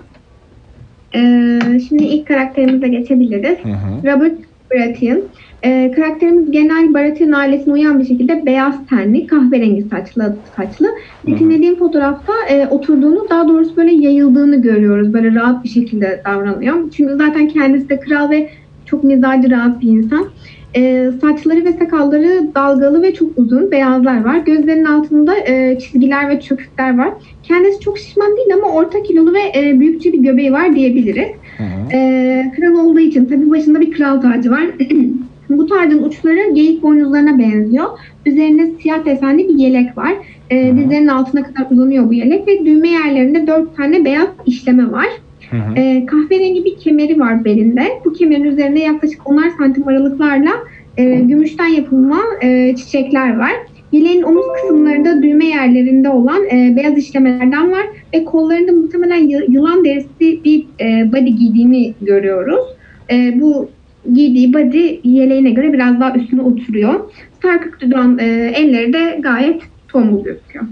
Şimdi ilk karakterimize geçebiliriz. Robert Baratheon. Karakterimiz genel Baratheon ailesine uyan bir şekilde beyaz tenli, kahverengi saçlı. Dinlediğim fotoğrafta oturduğunu, daha doğrusu böyle yayıldığını görüyoruz. Böyle rahat bir şekilde davranıyor. Çünkü zaten kendisi de kral ve çok mizacı, rahat bir insan. Saçları ve sakalları dalgalı ve çok uzun, beyazlar var. Gözlerinin altında çizgiler ve çökükler var. Kendisi çok şişman değil ama orta kilolu ve büyükçe bir göbeği var diyebiliriz. Kral olduğu için tabii başında bir kral tacı var. Bu tacın uçları geyik boynuzlarına benziyor. Üzerinde siyah desenli bir yelek var. Dizlerinin altına kadar uzanıyor bu yelek ve düğme yerlerinde 4 tane beyaz işleme var. Kahverengi bir kemeri var belinde. Bu kemerin üzerinde yaklaşık 10'ar santim aralıklarla gümüşten yapılma çiçekler var. Yeleğin omuz kısımlarında düğme yerlerinde olan beyaz işlemelerden var ve kollarında muhtemelen yılan derisi bir body giydiğini görüyoruz. Bu giydiği body yeleğine göre biraz daha üstüne oturuyor. Sarkık duran elleri de gayet tombul gözüküyor.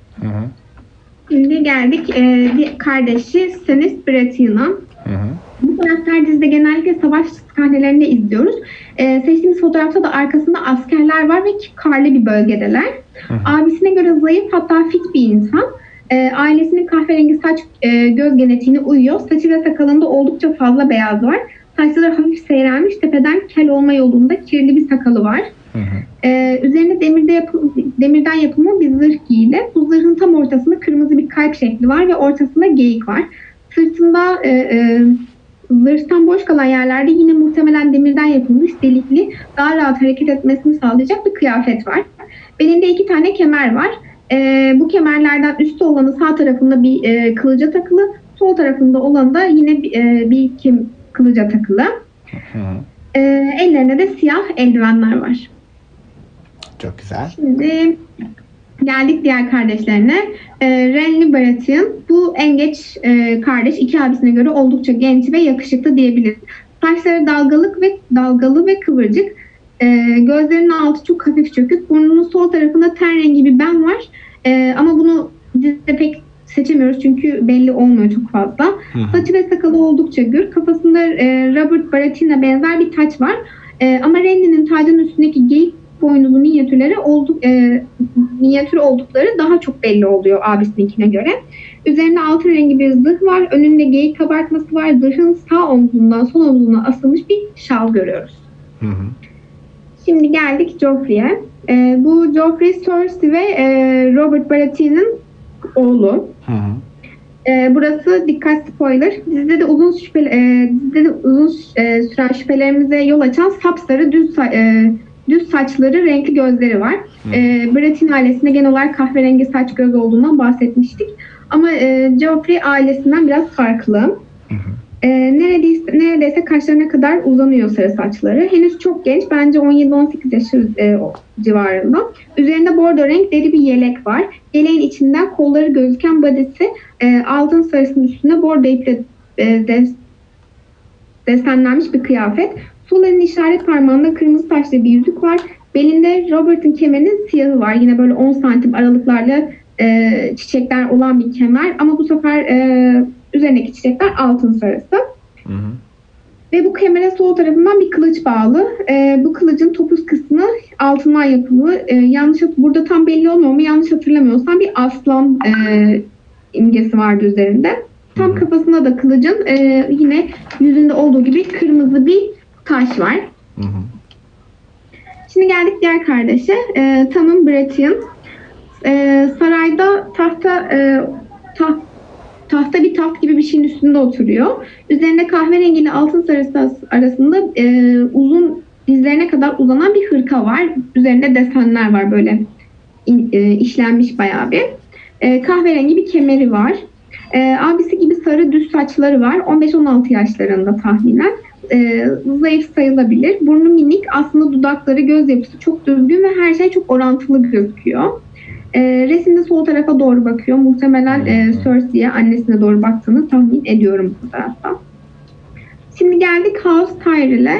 Şimdi geldik kardeşi Stannis Baratheon'a. Bu karakter dizide genellikle savaş sahnelerinde izliyoruz. Seçtiğimiz fotoğrafta da arkasında askerler var ve karlı bir bölgedeler. Abisine göre zayıf, hatta fit bir insan. Ailesinin kahverengi saç göz genetiğine uyuyor. Saçı ve sakalında oldukça fazla beyaz var. Saçları hafif seyrelmiş, tepeden kel olma yolunda kirli bir sakalı var. Üzerine demirden yapılma bir zırh giydi. Bu zırhın tam ortasında kırmızı bir kalp şekli var ve ortasında geyik var. Sırtında zırhtan boş kalan yerlerde yine muhtemelen demirden yapılmış delikli, daha rahat hareket etmesini sağlayacak bir kıyafet var. Belinde 2 tane kemer var. Bu kemerlerden üstte olanı sağ tarafında bir kılıca takılı, sol tarafında olanı da yine bir kılıca takılı. Ellerine de siyah eldivenler var. Çok güzel. Şimdi geldik diğer kardeşlerine. Renly Baratheon. Bu en geç kardeş. 2 abisine göre oldukça genç ve yakışıklı diyebiliriz. Saçları dalgalı ve kıvırcık. Gözlerinin altı çok hafif çökük. Burnunun sol tarafında ten rengi bir ben var. Ama bunu dizide pek seçemiyoruz çünkü belli olmuyor çok fazla. Saçı ve sakalı oldukça gür. Kafasında Robert Baratheon'a benzer bir taç var. Ama Renly'nin tacının üstündeki geyik boynuzlu minyatür oldukları daha çok belli oluyor abisininkine göre. Üzerinde altın rengi bir zırh var. Önünde geyik kabartması var. Zırhın sağ omzundan sol omzuna asılmış bir şal görüyoruz. Şimdi geldik Joffrey'e. Bu Joffrey, Cersei ve Robert Baratheon'un oğlu. Burası dikkat spoiler. Dizide de uzun süren şüphelerimize yol açan sapsarı düz saçları, renkli gözleri var. Baratheon ailesinde genel olarak kahverengi saç göz olduğundan bahsetmiştik. Ama Joffrey ailesinden biraz farklı. Neredeyse kaşlarına kadar uzanıyor sarı saçları. Henüz çok genç. Bence 17-18 yaşı civarında. Üzerinde bordo renk deri bir yelek var. Yeleğin içinden kolları gözüken badesi altın sarısının üstüne bordo iple desenlenmiş bir kıyafet. Sol elin işaret parmağında kırmızı taşlı bir yüzük var. Belinde Robert'ın kemerinin siyahı var. Yine böyle 10 santim aralıklarla çiçekler olan bir kemer. Ama bu sefer üzerindeki çiçekler altın sarısı. Ve bu kemere sol tarafından bir kılıç bağlı. Bu kılıcın topuz kısmı altından yapılı. Burada tam belli olmuyor ama yanlış hatırlamıyorsam bir aslan imgesi vardı üzerinde. Tam kafasında da kılıcın yine yüzünde olduğu gibi kırmızı bir taş var. Şimdi geldik diğer kardeşe. Tommen Baratheon. Sarayda tahta bir taht gibi bir şeyin üstünde oturuyor. Üzerinde kahverengi ile altın sarısı arasında uzun dizlerine kadar uzanan bir hırka var. Üzerinde desenler var, böyle işlenmiş bayağı bir. Kahverengi bir kemeri var. Abisi gibi sarı düz saçları var. 15-16 yaşlarında tahminen. Zayıf sayılabilir. Burnu minik, aslında dudakları, göz yapısı çok düzgün ve her şey çok orantılı gözüküyor. Resimde sol tarafa doğru bakıyor. Muhtemelen Cersei'ye, annesine doğru baktığını tahmin ediyorum bu tarafta. Şimdi geldik House Tyrell'e.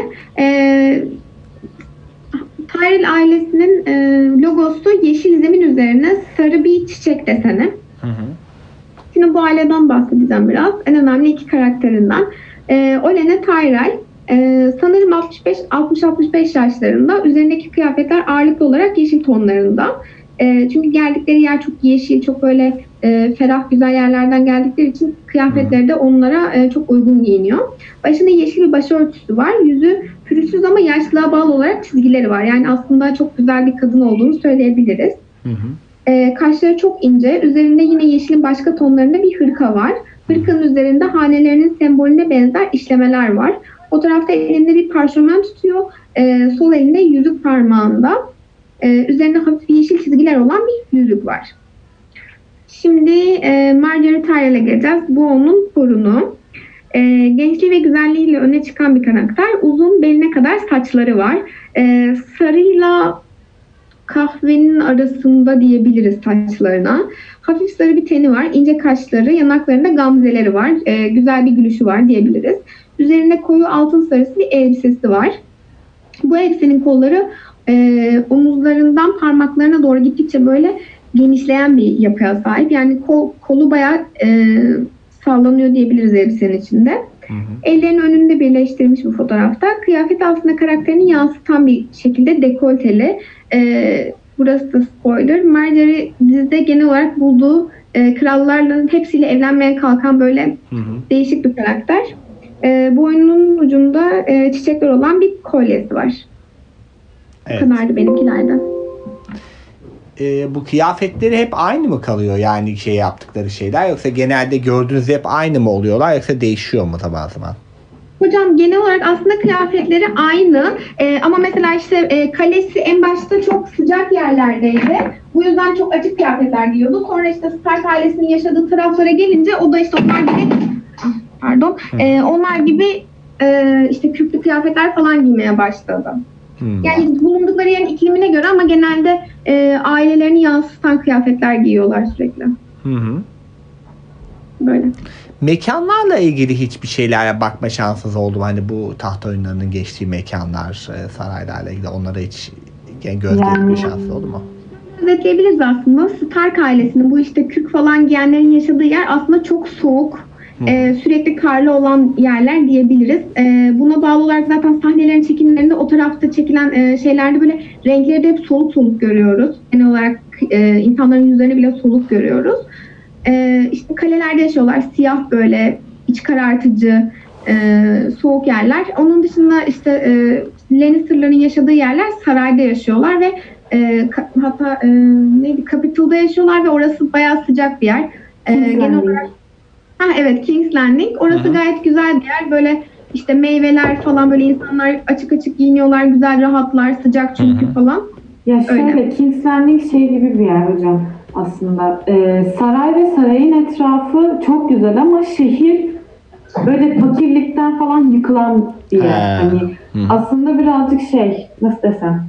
Tyrell ailesinin logosu yeşil zemin üzerine sarı bir çiçek deseni. Şimdi bu aileden bahsedeceğim biraz. En önemli 2 karakterinden. Olenna Tyrell. Sanırım 60-65 yaşlarında. Üzerindeki kıyafetler ağırlıklı olarak yeşil tonlarında. Çünkü geldikleri yer çok yeşil, çok böyle ferah, güzel yerlerden geldikleri için kıyafetleri de onlara çok uygun giyiniyor. Başında yeşil bir başörtüsü var. Yüzü pürüzsüz ama yaşlılığa bağlı olarak çizgileri var. Yani aslında çok güzel bir kadın olduğunu söyleyebiliriz. Kaşları çok ince. Üzerinde yine yeşilin başka tonlarında bir hırka var. Hırkanın üzerinde hanelerinin sembolüne benzer işlemeler var. O tarafta elinde bir parşömen tutuyor. Sol elinde yüzük parmağında. Üzerinde hafif yeşil çizgiler olan bir yüzük var. Şimdi Margaery Tyrell'e geleceğiz. Bu onun torunu. Gençliği ve güzelliğiyle öne çıkan bir karakter. Uzun, beline kadar saçları var. Sarıyla kahvenin arasında diyebiliriz saçlarına. Hafif sarı bir teni var. İnce kaşları, yanaklarında gamzeleri var. Güzel bir gülüşü var diyebiliriz. Üzerinde koyu altın sarısı bir elbisesi var. Bu elbisenin kolları omuzlarından parmaklarına doğru gittikçe böyle genişleyen bir yapıya sahip. Yani kolu bayağı sallanıyor diyebiliriz elbisenin içinde. Ellerini önünde birleştirmiş bu fotoğrafta. Kıyafet aslında karakterini yansıtan bir şekilde dekolteli. Burası da spoiler. Marjorie dizide genel olarak bulduğu krallarla hepsiyle evlenmeye kalkan böyle değişik bir karakter. Boynunun ucunda çiçekler olan bir kolyesi var. Evet. Bu kadardı benimkilerden. Bu kıyafetleri hep aynı mı kalıyor, yani şey yaptıkları şeyler, yoksa genelde gördüğünüzde hep aynı mı oluyorlar, yoksa değişiyor mu zaman zaman? Hocam genel olarak aslında kıyafetleri aynı ama mesela işte kalesi en başta çok sıcak yerlerdeydi. Bu yüzden çok açık kıyafetler giyiyordu. Sonra işte Stark ailesinin yaşadığı taraflara gelince o da işte onlar gibi işte kürklü kıyafetler falan giymeye başladı. Yani bulundukları yerin iklimine göre ama genelde ailelerini yansıtan kıyafetler giyiyorlar sürekli. Böyle. Mekanlarla ilgili hiçbir şeylere bakma şansınız oldu mu? Hani bu taht oyunlarının geçtiği mekanlar, saraylarla ilgili, onlara hiç göz gezdirme şansı oldu mu? Özetleyebiliriz aslında. Stark ailesinin bu işte kürk falan giyenlerin yaşadığı yer aslında çok soğuk. Sürekli karlı olan yerler diyebiliriz. Buna bağlı olarak zaten sahnelerin çekimlerinde o tarafta çekilen şeylerde böyle renkleri de hep soluk soluk görüyoruz. Genel olarak insanların yüzlerini bile soluk görüyoruz. İşte kalelerde yaşıyorlar. Siyah böyle iç karartıcı soğuk yerler. Onun dışında işte Lannister'ların yaşadığı yerler sarayda yaşıyorlar ve hatta Capital'da yaşıyorlar ve orası bayağı sıcak bir yer. Genel olarak evet, King's Landing. Orası gayet güzel bir yer. Böyle işte meyveler falan, böyle insanlar açık açık giyiniyorlar, güzel rahatlar, sıcak çünkü falan. Ya şöyle, öyle. King's Landing şey gibi bir yer hocam aslında. Saray ve sarayın etrafı çok güzel ama şehir böyle fakirlikten falan yıkılan bir yer. Hani aslında birazcık şey, nasıl desem,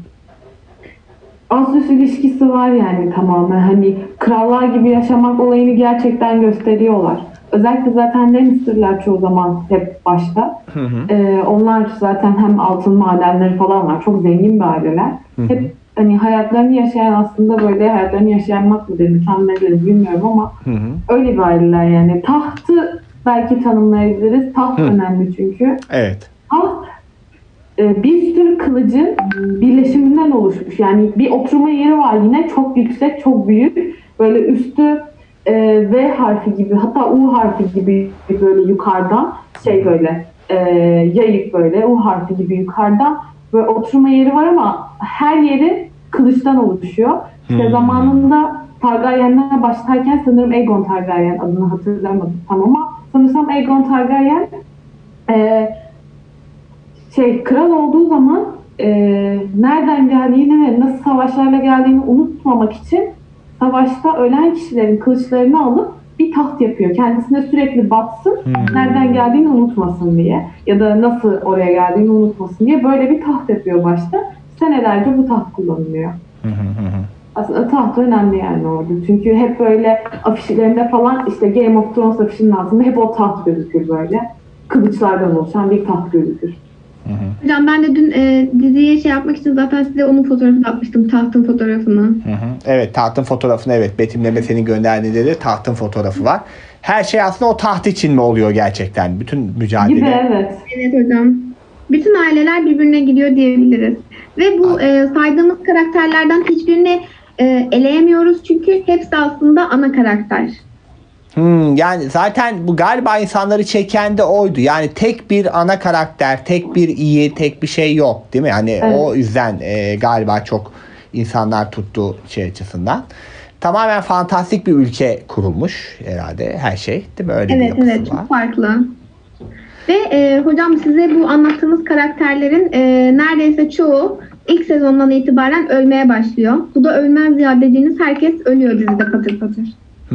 az üst ilişkisi var yani tamamen. Hani krallar gibi yaşamak olayını gerçekten gösteriyorlar. Özellikle zaten Lannister'lar çoğu zaman hep başta. Onlar zaten hem altın madenleri falan var. Çok zengin bir aileler. Hep hani hayatlarını yaşayan, aslında böyle hayatlarını yaşayanmak mı denir tam ne denir bilmiyorum ama öyle bir aileler yani. Tahtı belki tanımlayabiliriz. Taht önemli çünkü. Evet. Taht bir sürü kılıcın birleşiminden oluşmuş. Yani bir oturma yeri var yine, çok yüksek, çok büyük. Böyle üstü V harfi gibi, hatta U harfi gibi böyle yukarıdan şey böyle yayık, böyle U harfi gibi yukarıdan böyle oturma yeri var ama her yeri kılıçtan oluşuyor. İşte zamanında Targaryen'ler başlarken sanırım Aegon Targaryen, adını hatırlamadım tam ama sanırsam Aegon Targaryen kral olduğu zaman nereden geldiğini ve nasıl savaşlarla geldiğini unutmamak için savaşta ölen kişilerin kılıçlarını alıp bir taht yapıyor. Kendisine sürekli batsın, nereden geldiğini unutmasın diye. Ya da nasıl oraya geldiğini unutmasın diye böyle bir taht yapıyor başta. Senelerce bu taht kullanılıyor. Aslında taht önemli yani orada. Çünkü hep böyle afişlerinde falan, işte Game of Thrones afişinin altında hep o taht gözükür böyle. Kılıçlardan oluşan bir taht gözükür. Hocam ben de dün diziye şey yapmak için zaten size onun fotoğrafını atmıştım. Tahtın fotoğrafını. Evet, tahtın fotoğrafını, evet. Betimleme senin gönderdiğinde de tahtın fotoğrafı var. Her şey aslında o taht için mi oluyor gerçekten? Bütün mücadele. Gibi, evet. Evet hocam. Bütün aileler birbirine gidiyor diyebiliriz. Ve bu saydığımız karakterlerden hiçbirini eleyemiyoruz çünkü hepsi aslında ana karakter. Yani zaten bu galiba insanları çeken de oydu. Yani tek bir ana karakter, tek bir iyi, tek bir şey yok değil mi? Hani evet. O yüzden galiba çok insanlar tuttu şey açısından. Tamamen fantastik bir ülke kurulmuş herhalde her şey değil mi? Öyle bir yapısı var. Evet, çok farklı. Ve hocam size bu anlattığımız karakterlerin neredeyse çoğu ilk sezondan itibaren ölmeye başlıyor. Bu da ölmez ya dediğiniz herkes ölüyor dizide patır patır.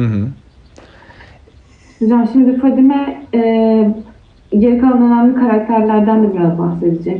Hocam şimdi Fadime geri kalan önemli karakterlerden de biraz bahsedecek.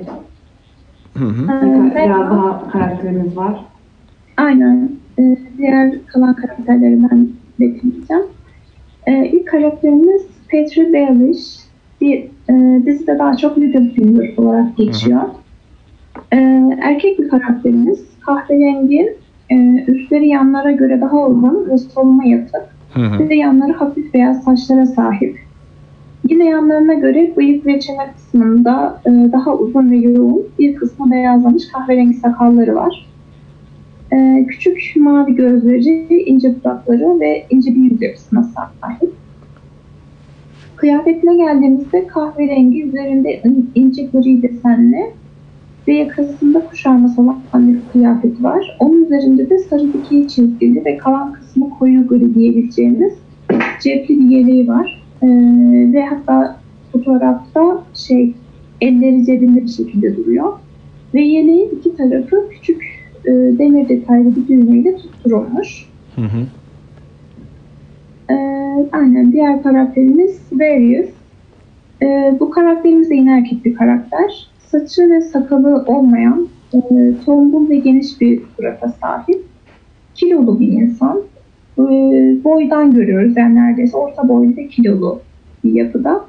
Biraz daha karakterimiz var. Aynen. Diğer kalan karakterleri ben bekleyeceğim. İlk karakterimiz Petri Baelish. Dizide daha çok Littlefinger olarak geçiyor. Erkek bir karakterimiz. Kahverengi, üstleri yanlara göre daha uzun ve soluma yatık. Bir de yanları hafif beyaz saçlara sahip. Yine yanlarına göre bıyık ve çene kısmında daha uzun ve yoğun, bir kısmı beyazlamış kahverengi sakalları var. Küçük mavi gözleri, ince dudakları ve ince bir yüz yapısına sahip. Kıyafetine geldiğimizde kahverengi, üzerinde ince gri desenli ve yakasında kuşanması olan bir kıyafet var. Onun üzerinde de sarı dikey çizgili ve kalan kısmı koyu gri diyebileceğimiz cepli bir yeleği var. Ve hatta fotoğrafta elleri cebinde bir şekilde duruyor. Ve yeleğin iki tarafı küçük demir detaylı bir düğmeyle tutturulmuş. Hı hı. Aynen, diğer karakterimiz Various. Bu karakterimiz de yine erkek bir karakter. Saçı ve sakalı olmayan, tombul ve geniş bir surata sahip. Kilolu bir insan. Boydan görüyoruz, yani neredeyse orta boylu ve kilolu bir yapıda.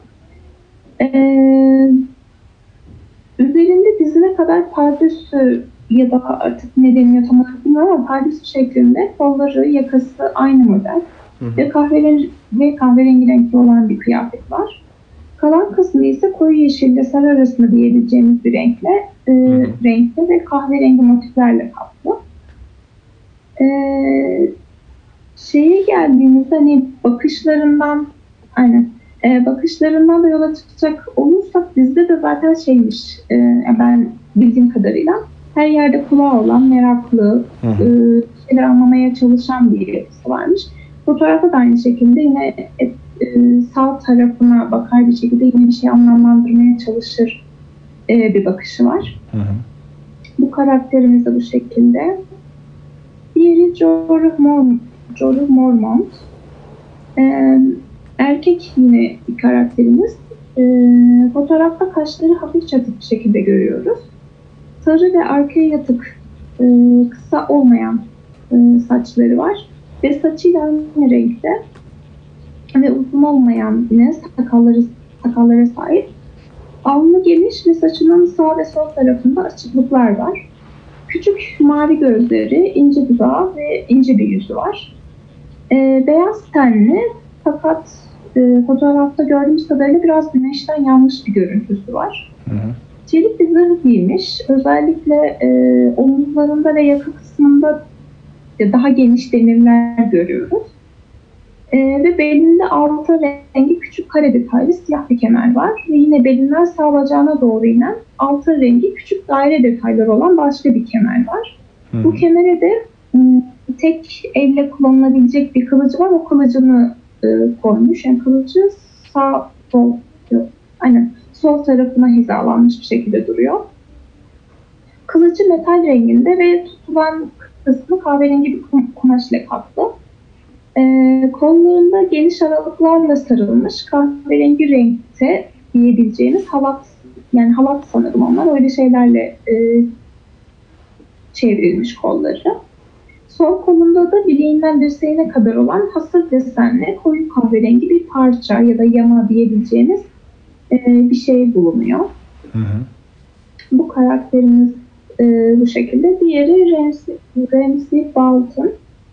Üzerinde dizine kadar pardösü ya da artık ne deniyor tam olarak bilmiyorum ama pardösü şeklinde, kolları, yakası aynı model. Ve kahverengi renkli olan bir kıyafet var. Kalan kısmı ise koyu yeşille sarı arasında diyebileceğimiz bir renkle ve kahverengi motiflerle kaplı. Şeye geldiğimizde hani bakışlarından da yola çıkacak olursak bizde de zaten ben bildiğim kadarıyla her yerde kulağı olan, meraklı, şeyler anlamaya çalışan bir yapısı varmış. Fotoğrafta da aynı şekilde yine sağ tarafına bakar bir şekilde yine bir şey anlamlandırmaya çalışır bir bakışı var. Hı hı. Bu karakterimiz de bu şekilde. Diğeri Jorah Mormont. Erkek yine bir karakterimiz. Fotoğrafta kaşları hafif çatık bir şekilde görüyoruz. Sarı ve arkaya yatık kısa olmayan saçları var. Ve saçıyla aynı renkte ve uzun olmayan yine sakallara sahip. Alnı geniş ve saçının sağ ve sol tarafında açıklıklar var. Küçük mavi gözleri, ince dudağı ve ince bir yüzü var. Beyaz tenli fakat fotoğrafta gördüğümüz kadarıyla biraz güneşten yanmış bir görüntüsü var. Çelik bir zırh giymiş. Özellikle omuzlarında ve yaka kısmında daha geniş demirler görüyoruz. Ve belinde altı rengi küçük kare detaylı siyah bir kemer var. Ve yine belinden sağ bacağına doğru inen altı rengi küçük daire detayları olan başka bir kemer var. Bu kemere de tek elle kullanılabilecek bir kılıcı var. O kılıcını koymuş. Yani kılıcı sol tarafına hizalanmış bir şekilde duruyor. Kılıcı metal renginde ve tutulan kısmı kahverengi bir kumaşla kaplı. Kollarında geniş aralıklarla sarılmış kahverengi renkte diyebileceğimiz halat sanırım onlar. Öyle şeylerle çevrilmiş kolları. Sol kolunda da bileğinden dirseğine kadar olan hasır desenli koyu kahverengi bir parça ya da yama diyebileceğimiz bir şey bulunuyor. Hı hı. Bu karakterimiz bu şekilde. Diğeri Ramsay Bolton.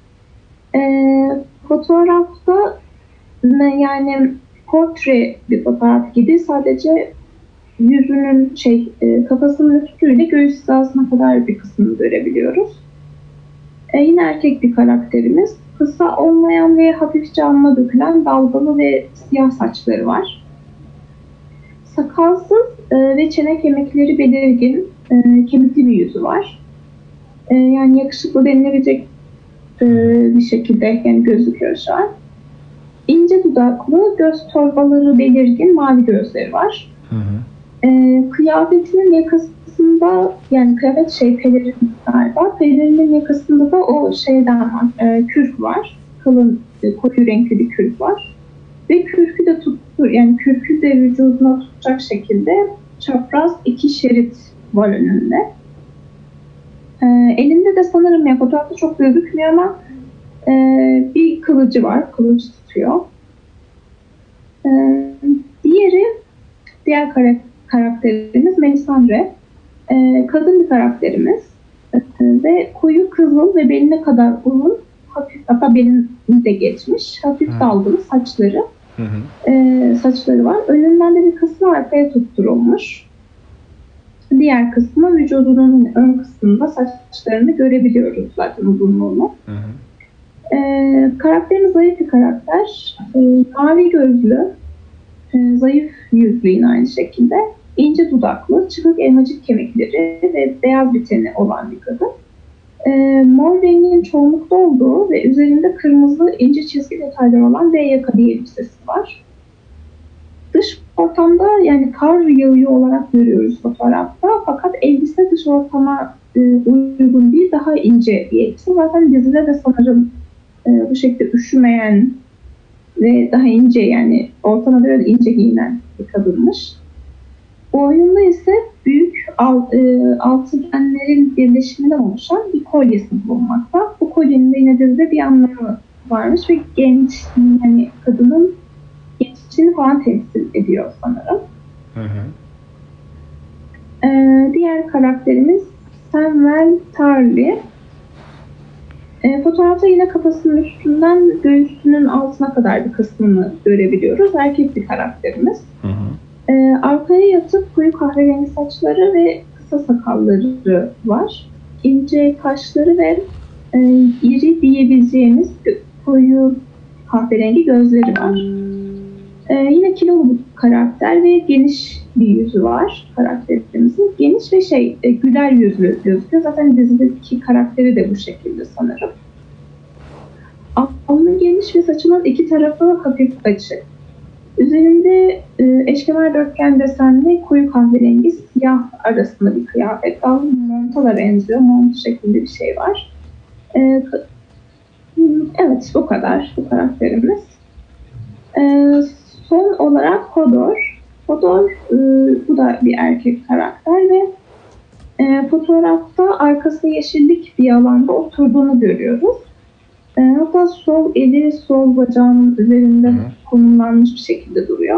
Fotoğrafta yani portre bir fotoğraf gibi, sadece yüzünün kafasının üstüyle göğüs hizasına kadar bir kısmını görebiliyoruz. Yine erkek bir karakterimiz. Kısa olmayan ve hafifçe alnına dökülen dalgalı ve siyah saçları var. Sakalsız ve çene kemikleri belirgin, kemikli bir yüzü var. Yani yakışıklı denilebilecek bir şekilde yani gözüküyor şu an. İnce dudaklı, göz torbaları belirgin, mavi gözleri var. Hı hı. Kıyafetinin yakasında, yani kıyafet pelerin galiba. Pelerinin yakasında da o şeyden var, kürk var. Kalın, koyu renkli bir kürk var. Ve kürkü de vücuduna tutacak şekilde çapraz iki şerit var önünde. Elinde de sanırım fotoğrafta çok gözükmüyor ama bir kılıcı var. Kılıç tutuyor. Diğer karakterimiz Melisandre. Kadın bir karakterimiz. Ve koyu kızıl ve beline kadar uzun, hafif, hatta belini de geçmiş, hafif dalgalı saçları. Saçları var. Önünden de bir kısmı arkaya tutturulmuş. Diğer kısmı vücudunun ön kısmında saçlarını görebiliyoruz zaten uzunluğunu. Karakterimiz zayıf bir karakter. Mavi gözlü, zayıf yüzlü yine aynı şekilde. İnce dudaklı, çıkık elmacık kemikleri ve beyaz bir teni olan bir kadın. Mor renginin çoğunlukta olduğu ve üzerinde kırmızı ince çizgi detayları olan V yaka bir elbisesi var. Dış ortamda yani kar yağıyor olarak görüyoruz fotoğrafta. Fakat elbise dış ortama uygun değil, daha ince bir elbise. Zaten dizide de sanırım bu şekilde üşümeyen ve daha ince, yani ortama göre ince giyinen bir kadınmış. Bu oyunda ise büyük altıgenlerin birleşiminden oluşan bir kolyesi bulunmakta. Bu kolyenin de yine dizide bir anlamı varmış ve genç, yani kadının gençliğini falan temsil ediyor sanırım. Diğer karakterimiz Samuel Tarly. Fotoğrafta yine kafasının üstünden göğsünün altına kadar bir kısmını görebiliyoruz. Erkek bir karakterimiz. Arkaya yatıp koyu kahverengi saçları ve kısa sakalları var. İnce kaşları ve iri diyebileceğimiz koyu kahverengi gözleri var. Yine kilolu bir karakter ve geniş bir yüzü var karakterimizin. Geniş ve güler yüzlü gözüküyor. Zaten dizideki karakteri de bu şekilde sanırım. Alnının geniş ve saçının iki tarafı hafif açık. Üzerinde eşkenar dörtgen desenli koyu kahverengi siyah arasında bir kıyafet. Daha monta da benziyor. Mont şeklinde bir şey var. Evet, bu kadar bu karakterimiz. Son olarak Hodor. Hodor bu da bir erkek karakter ve fotoğrafta arkası yeşillik bir alanda oturduğunu görüyoruz. Hatta sol eli sol bacağının üzerinde konumlanmış bir şekilde duruyor.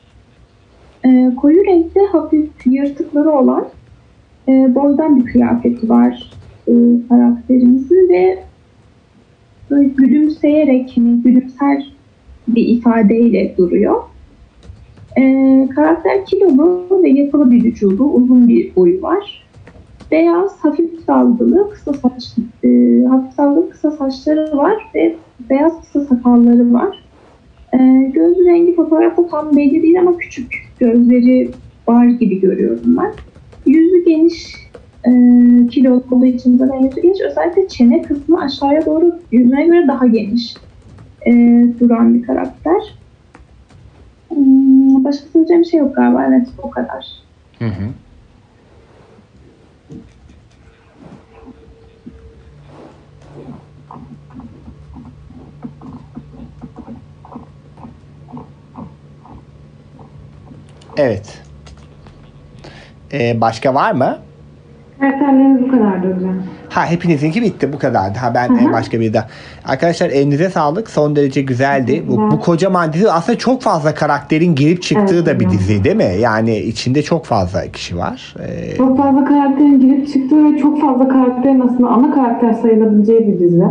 Koyu renkte hafif yırtıkları olan boydan bir kıyafeti var karakterimizin ve böyle gülümseyerek, gülümser bir ifadeyle duruyor. Karakter kilolu ve yapılı bir vücudu, uzun bir boyu var. Beyaz, hafif dalgalı, hafif dalgalı kısa saçları var ve beyaz kısa sakalları var. Göz rengi fotoğrafta tam belli değil ama küçük gözleri var gibi görüyorum ben. Yüzü geniş, kilolu olduğu için zaten yüzü geniş. Özellikle çene kısmı aşağıya doğru yüzüne göre daha geniş duran bir karakter. Başka söyleyeceğim şey yok galiba. Evet, o kadar. Evet. Başka var mı? Karakterlerimiz bu kadardı hocam. Hepinizinki bitti, bu kadardı. Ben başka bir de. Arkadaşlar elinize sağlık. Son derece güzeldi. Bu kocaman dizi aslında çok fazla karakterin girip çıktığı da bir dizi değil mi? Yani içinde çok fazla kişi var. Çok fazla karakterin girip çıktığı ve çok fazla karakterin aslında ana karakter sayılabileceği bir dizi.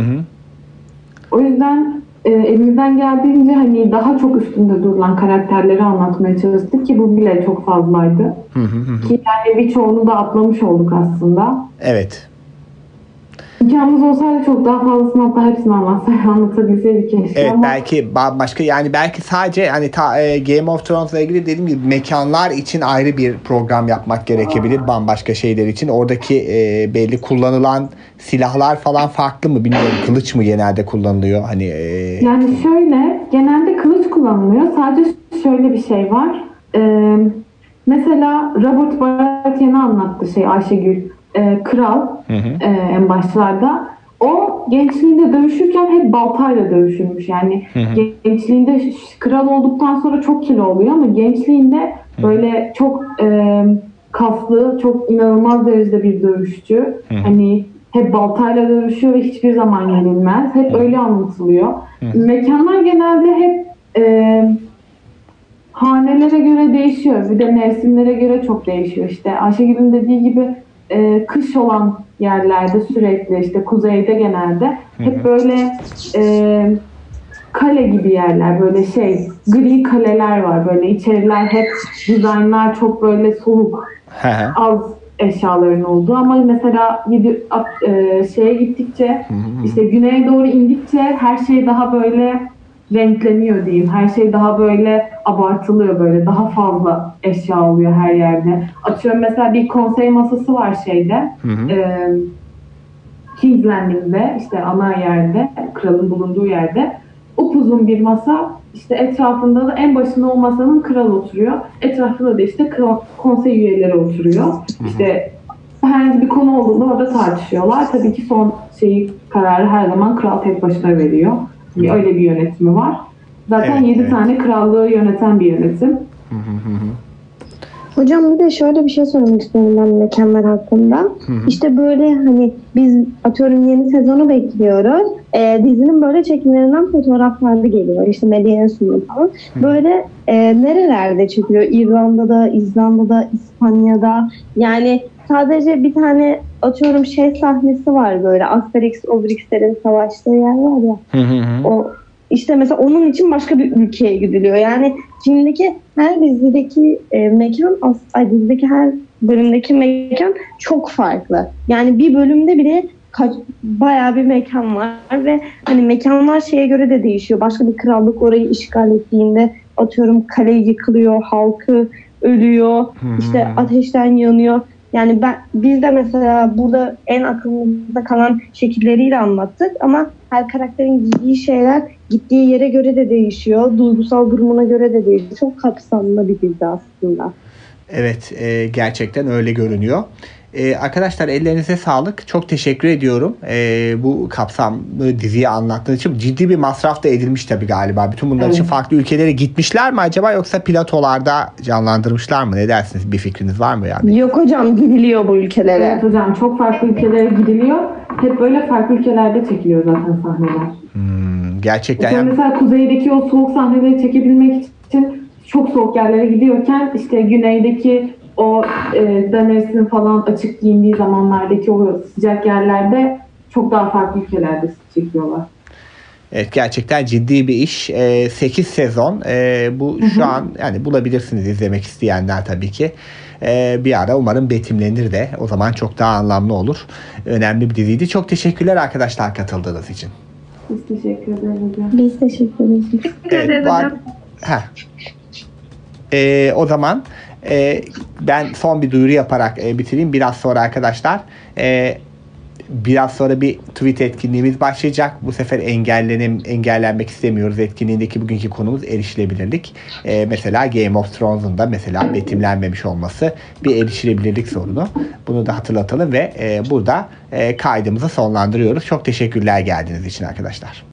O yüzden elimizden geldiğince hani daha çok üstünde durulan karakterleri anlatmaya çalıştık ki bu bile çok fazlaydı. Ki yani birçoğunu da atlamış olduk aslında. Evet. İmkanımız olsaydı çok daha fazlasını, hatta hepsini anlatabilseydik keşke. Evet, ama belki başka, yani belki sadece hani Game of Thrones'la ilgili dediğim gibi mekanlar için ayrı bir program yapmak gerekebilir, bambaşka şeyler için. Oradaki belli kullanılan silahlar falan farklı mı bilmiyorum. Kılıç mı genelde kullanılıyor? Hani yani şöyle, genelde kılıç kullanılıyor. Sadece şöyle bir şey var. Mesela Robert Baratheon'u anlattı Ayşegül. Kral en başlarda. O gençliğinde dövüşürken hep baltayla dövüşürmüş. Yani gençliğinde kral olduktan sonra çok kilo oluyor ama gençliğinde böyle çok kaslı, çok inanılmaz derecede bir dövüşçü. Hani hep baltayla dövüşüyor ve hiçbir zaman yenilmez. Hep öyle anlatılıyor. Mekanlar genelde hep hanelere göre değişiyor. Bir de mevsimlere göre çok değişiyor. İşte Ayşegül'ün dediği gibi kış olan yerlerde sürekli, işte kuzeyde genelde hep böyle kale gibi yerler, böyle gri kaleler var, böyle içeriler hep dizaynlar çok böyle soluk, az eşyaların olduğu, ama mesela şeye gittikçe, işte güneye doğru indikçe her şey daha böyle renkleniyor diyeyim. Her şey daha böyle abartılıyor, böyle daha fazla eşya oluyor her yerde. Atıyorum mesela bir konsey masası var King's Landing'de, işte ana yerde, kralın bulunduğu yerde. Upuzun bir masa, işte etrafında da en başında o masanın kral oturuyor. Etrafında da işte konsey üyeleri oturuyor. İşte herhangi bir konu olduğunda orada tartışıyorlar. Tabii ki son kararı her zaman kral tek başına veriyor. Öyle bir yönetimi var. Zaten 7 tane krallığı yöneten bir yönetim. Hocam bir de şöyle bir şey söylemek istiyorum ben mekanlar hakkında. İşte böyle hani biz atıyorum yeni sezonu bekliyoruz. Dizinin böyle çekimlerinden fotoğraflar da geliyor. İşte medyaya sunuyor falan. Böyle nerelerde çekiliyor? İrlanda'da, İzlanda'da, İspanya'da. Yani sadece bir tane atıyorum sahnesi var böyle. Asterix, Obelix'lerin savaştığı yer var ya. O İşte mesela onun için başka bir ülkeye gidiliyor. Yani filmdeki her dizideki dizideki her bölümdeki mekan çok farklı. Yani bir bölümde bile bayağı bir mekan var ve hani mekanlar şeye göre de değişiyor. Başka bir krallık orayı işgal ettiğinde atıyorum kale yıkılıyor, halkı ölüyor, işte ateşten yanıyor. Yani biz de mesela burada en aklımızda kalan şekilleriyle anlattık ama her karakterin giydiği şeyler gittiği yere göre de değişiyor. Duygusal durumuna göre de değişiyor. Çok kapsamlı bir dizi aslında. Evet, gerçekten öyle görünüyor. Arkadaşlar ellerinize sağlık. Çok teşekkür ediyorum. Bu kapsamlı diziyi anlattığınız için. Ciddi bir masraf da edilmiş tabii galiba. Bütün bunlar için farklı ülkelere gitmişler mi acaba, yoksa platolarda canlandırmışlar mı? Ne dersiniz? Bir fikriniz var mı yani? Yok hocam, gidiliyor bu ülkelere. Evet hocam, çok farklı ülkelere gidiliyor. Hep böyle farklı ülkelerde çekiliyor zaten sahneler. Gerçekten. Mesela kuzeydeki o soğuk sahneleri çekebilmek için çok soğuk yerlere gidiyorken işte güneydeki o Daenerys'in falan açık giyindiği zamanlardaki o sıcak yerlerde çok daha farklı ülkelerde çekiyorlar. Evet, gerçekten ciddi bir iş. 8 sezon. Bu şu an yani bulabilirsiniz izlemek isteyenler tabii ki. Bir ara umarım betimlenir de o zaman çok daha anlamlı olur. Önemli bir diziydi. Çok teşekkürler arkadaşlar katıldığınız için. Biz teşekkür ederiz hocam. Biz teşekkür ederiz. Teşekkür ederiz hocam. O zaman ben son bir duyuru yaparak bitireyim. Biraz sonra arkadaşlar biraz sonra bir tweet etkinliğimiz başlayacak. Bu sefer engellenmek istemiyoruz etkinliğindeki bugünkü konumuz erişilebilirlik. Mesela Game of Thrones'un da mesela betimlenmemiş olması bir erişilebilirlik sorunu. Bunu da hatırlatalım ve burada kaydımızı sonlandırıyoruz. Çok teşekkürler geldiğiniz için arkadaşlar.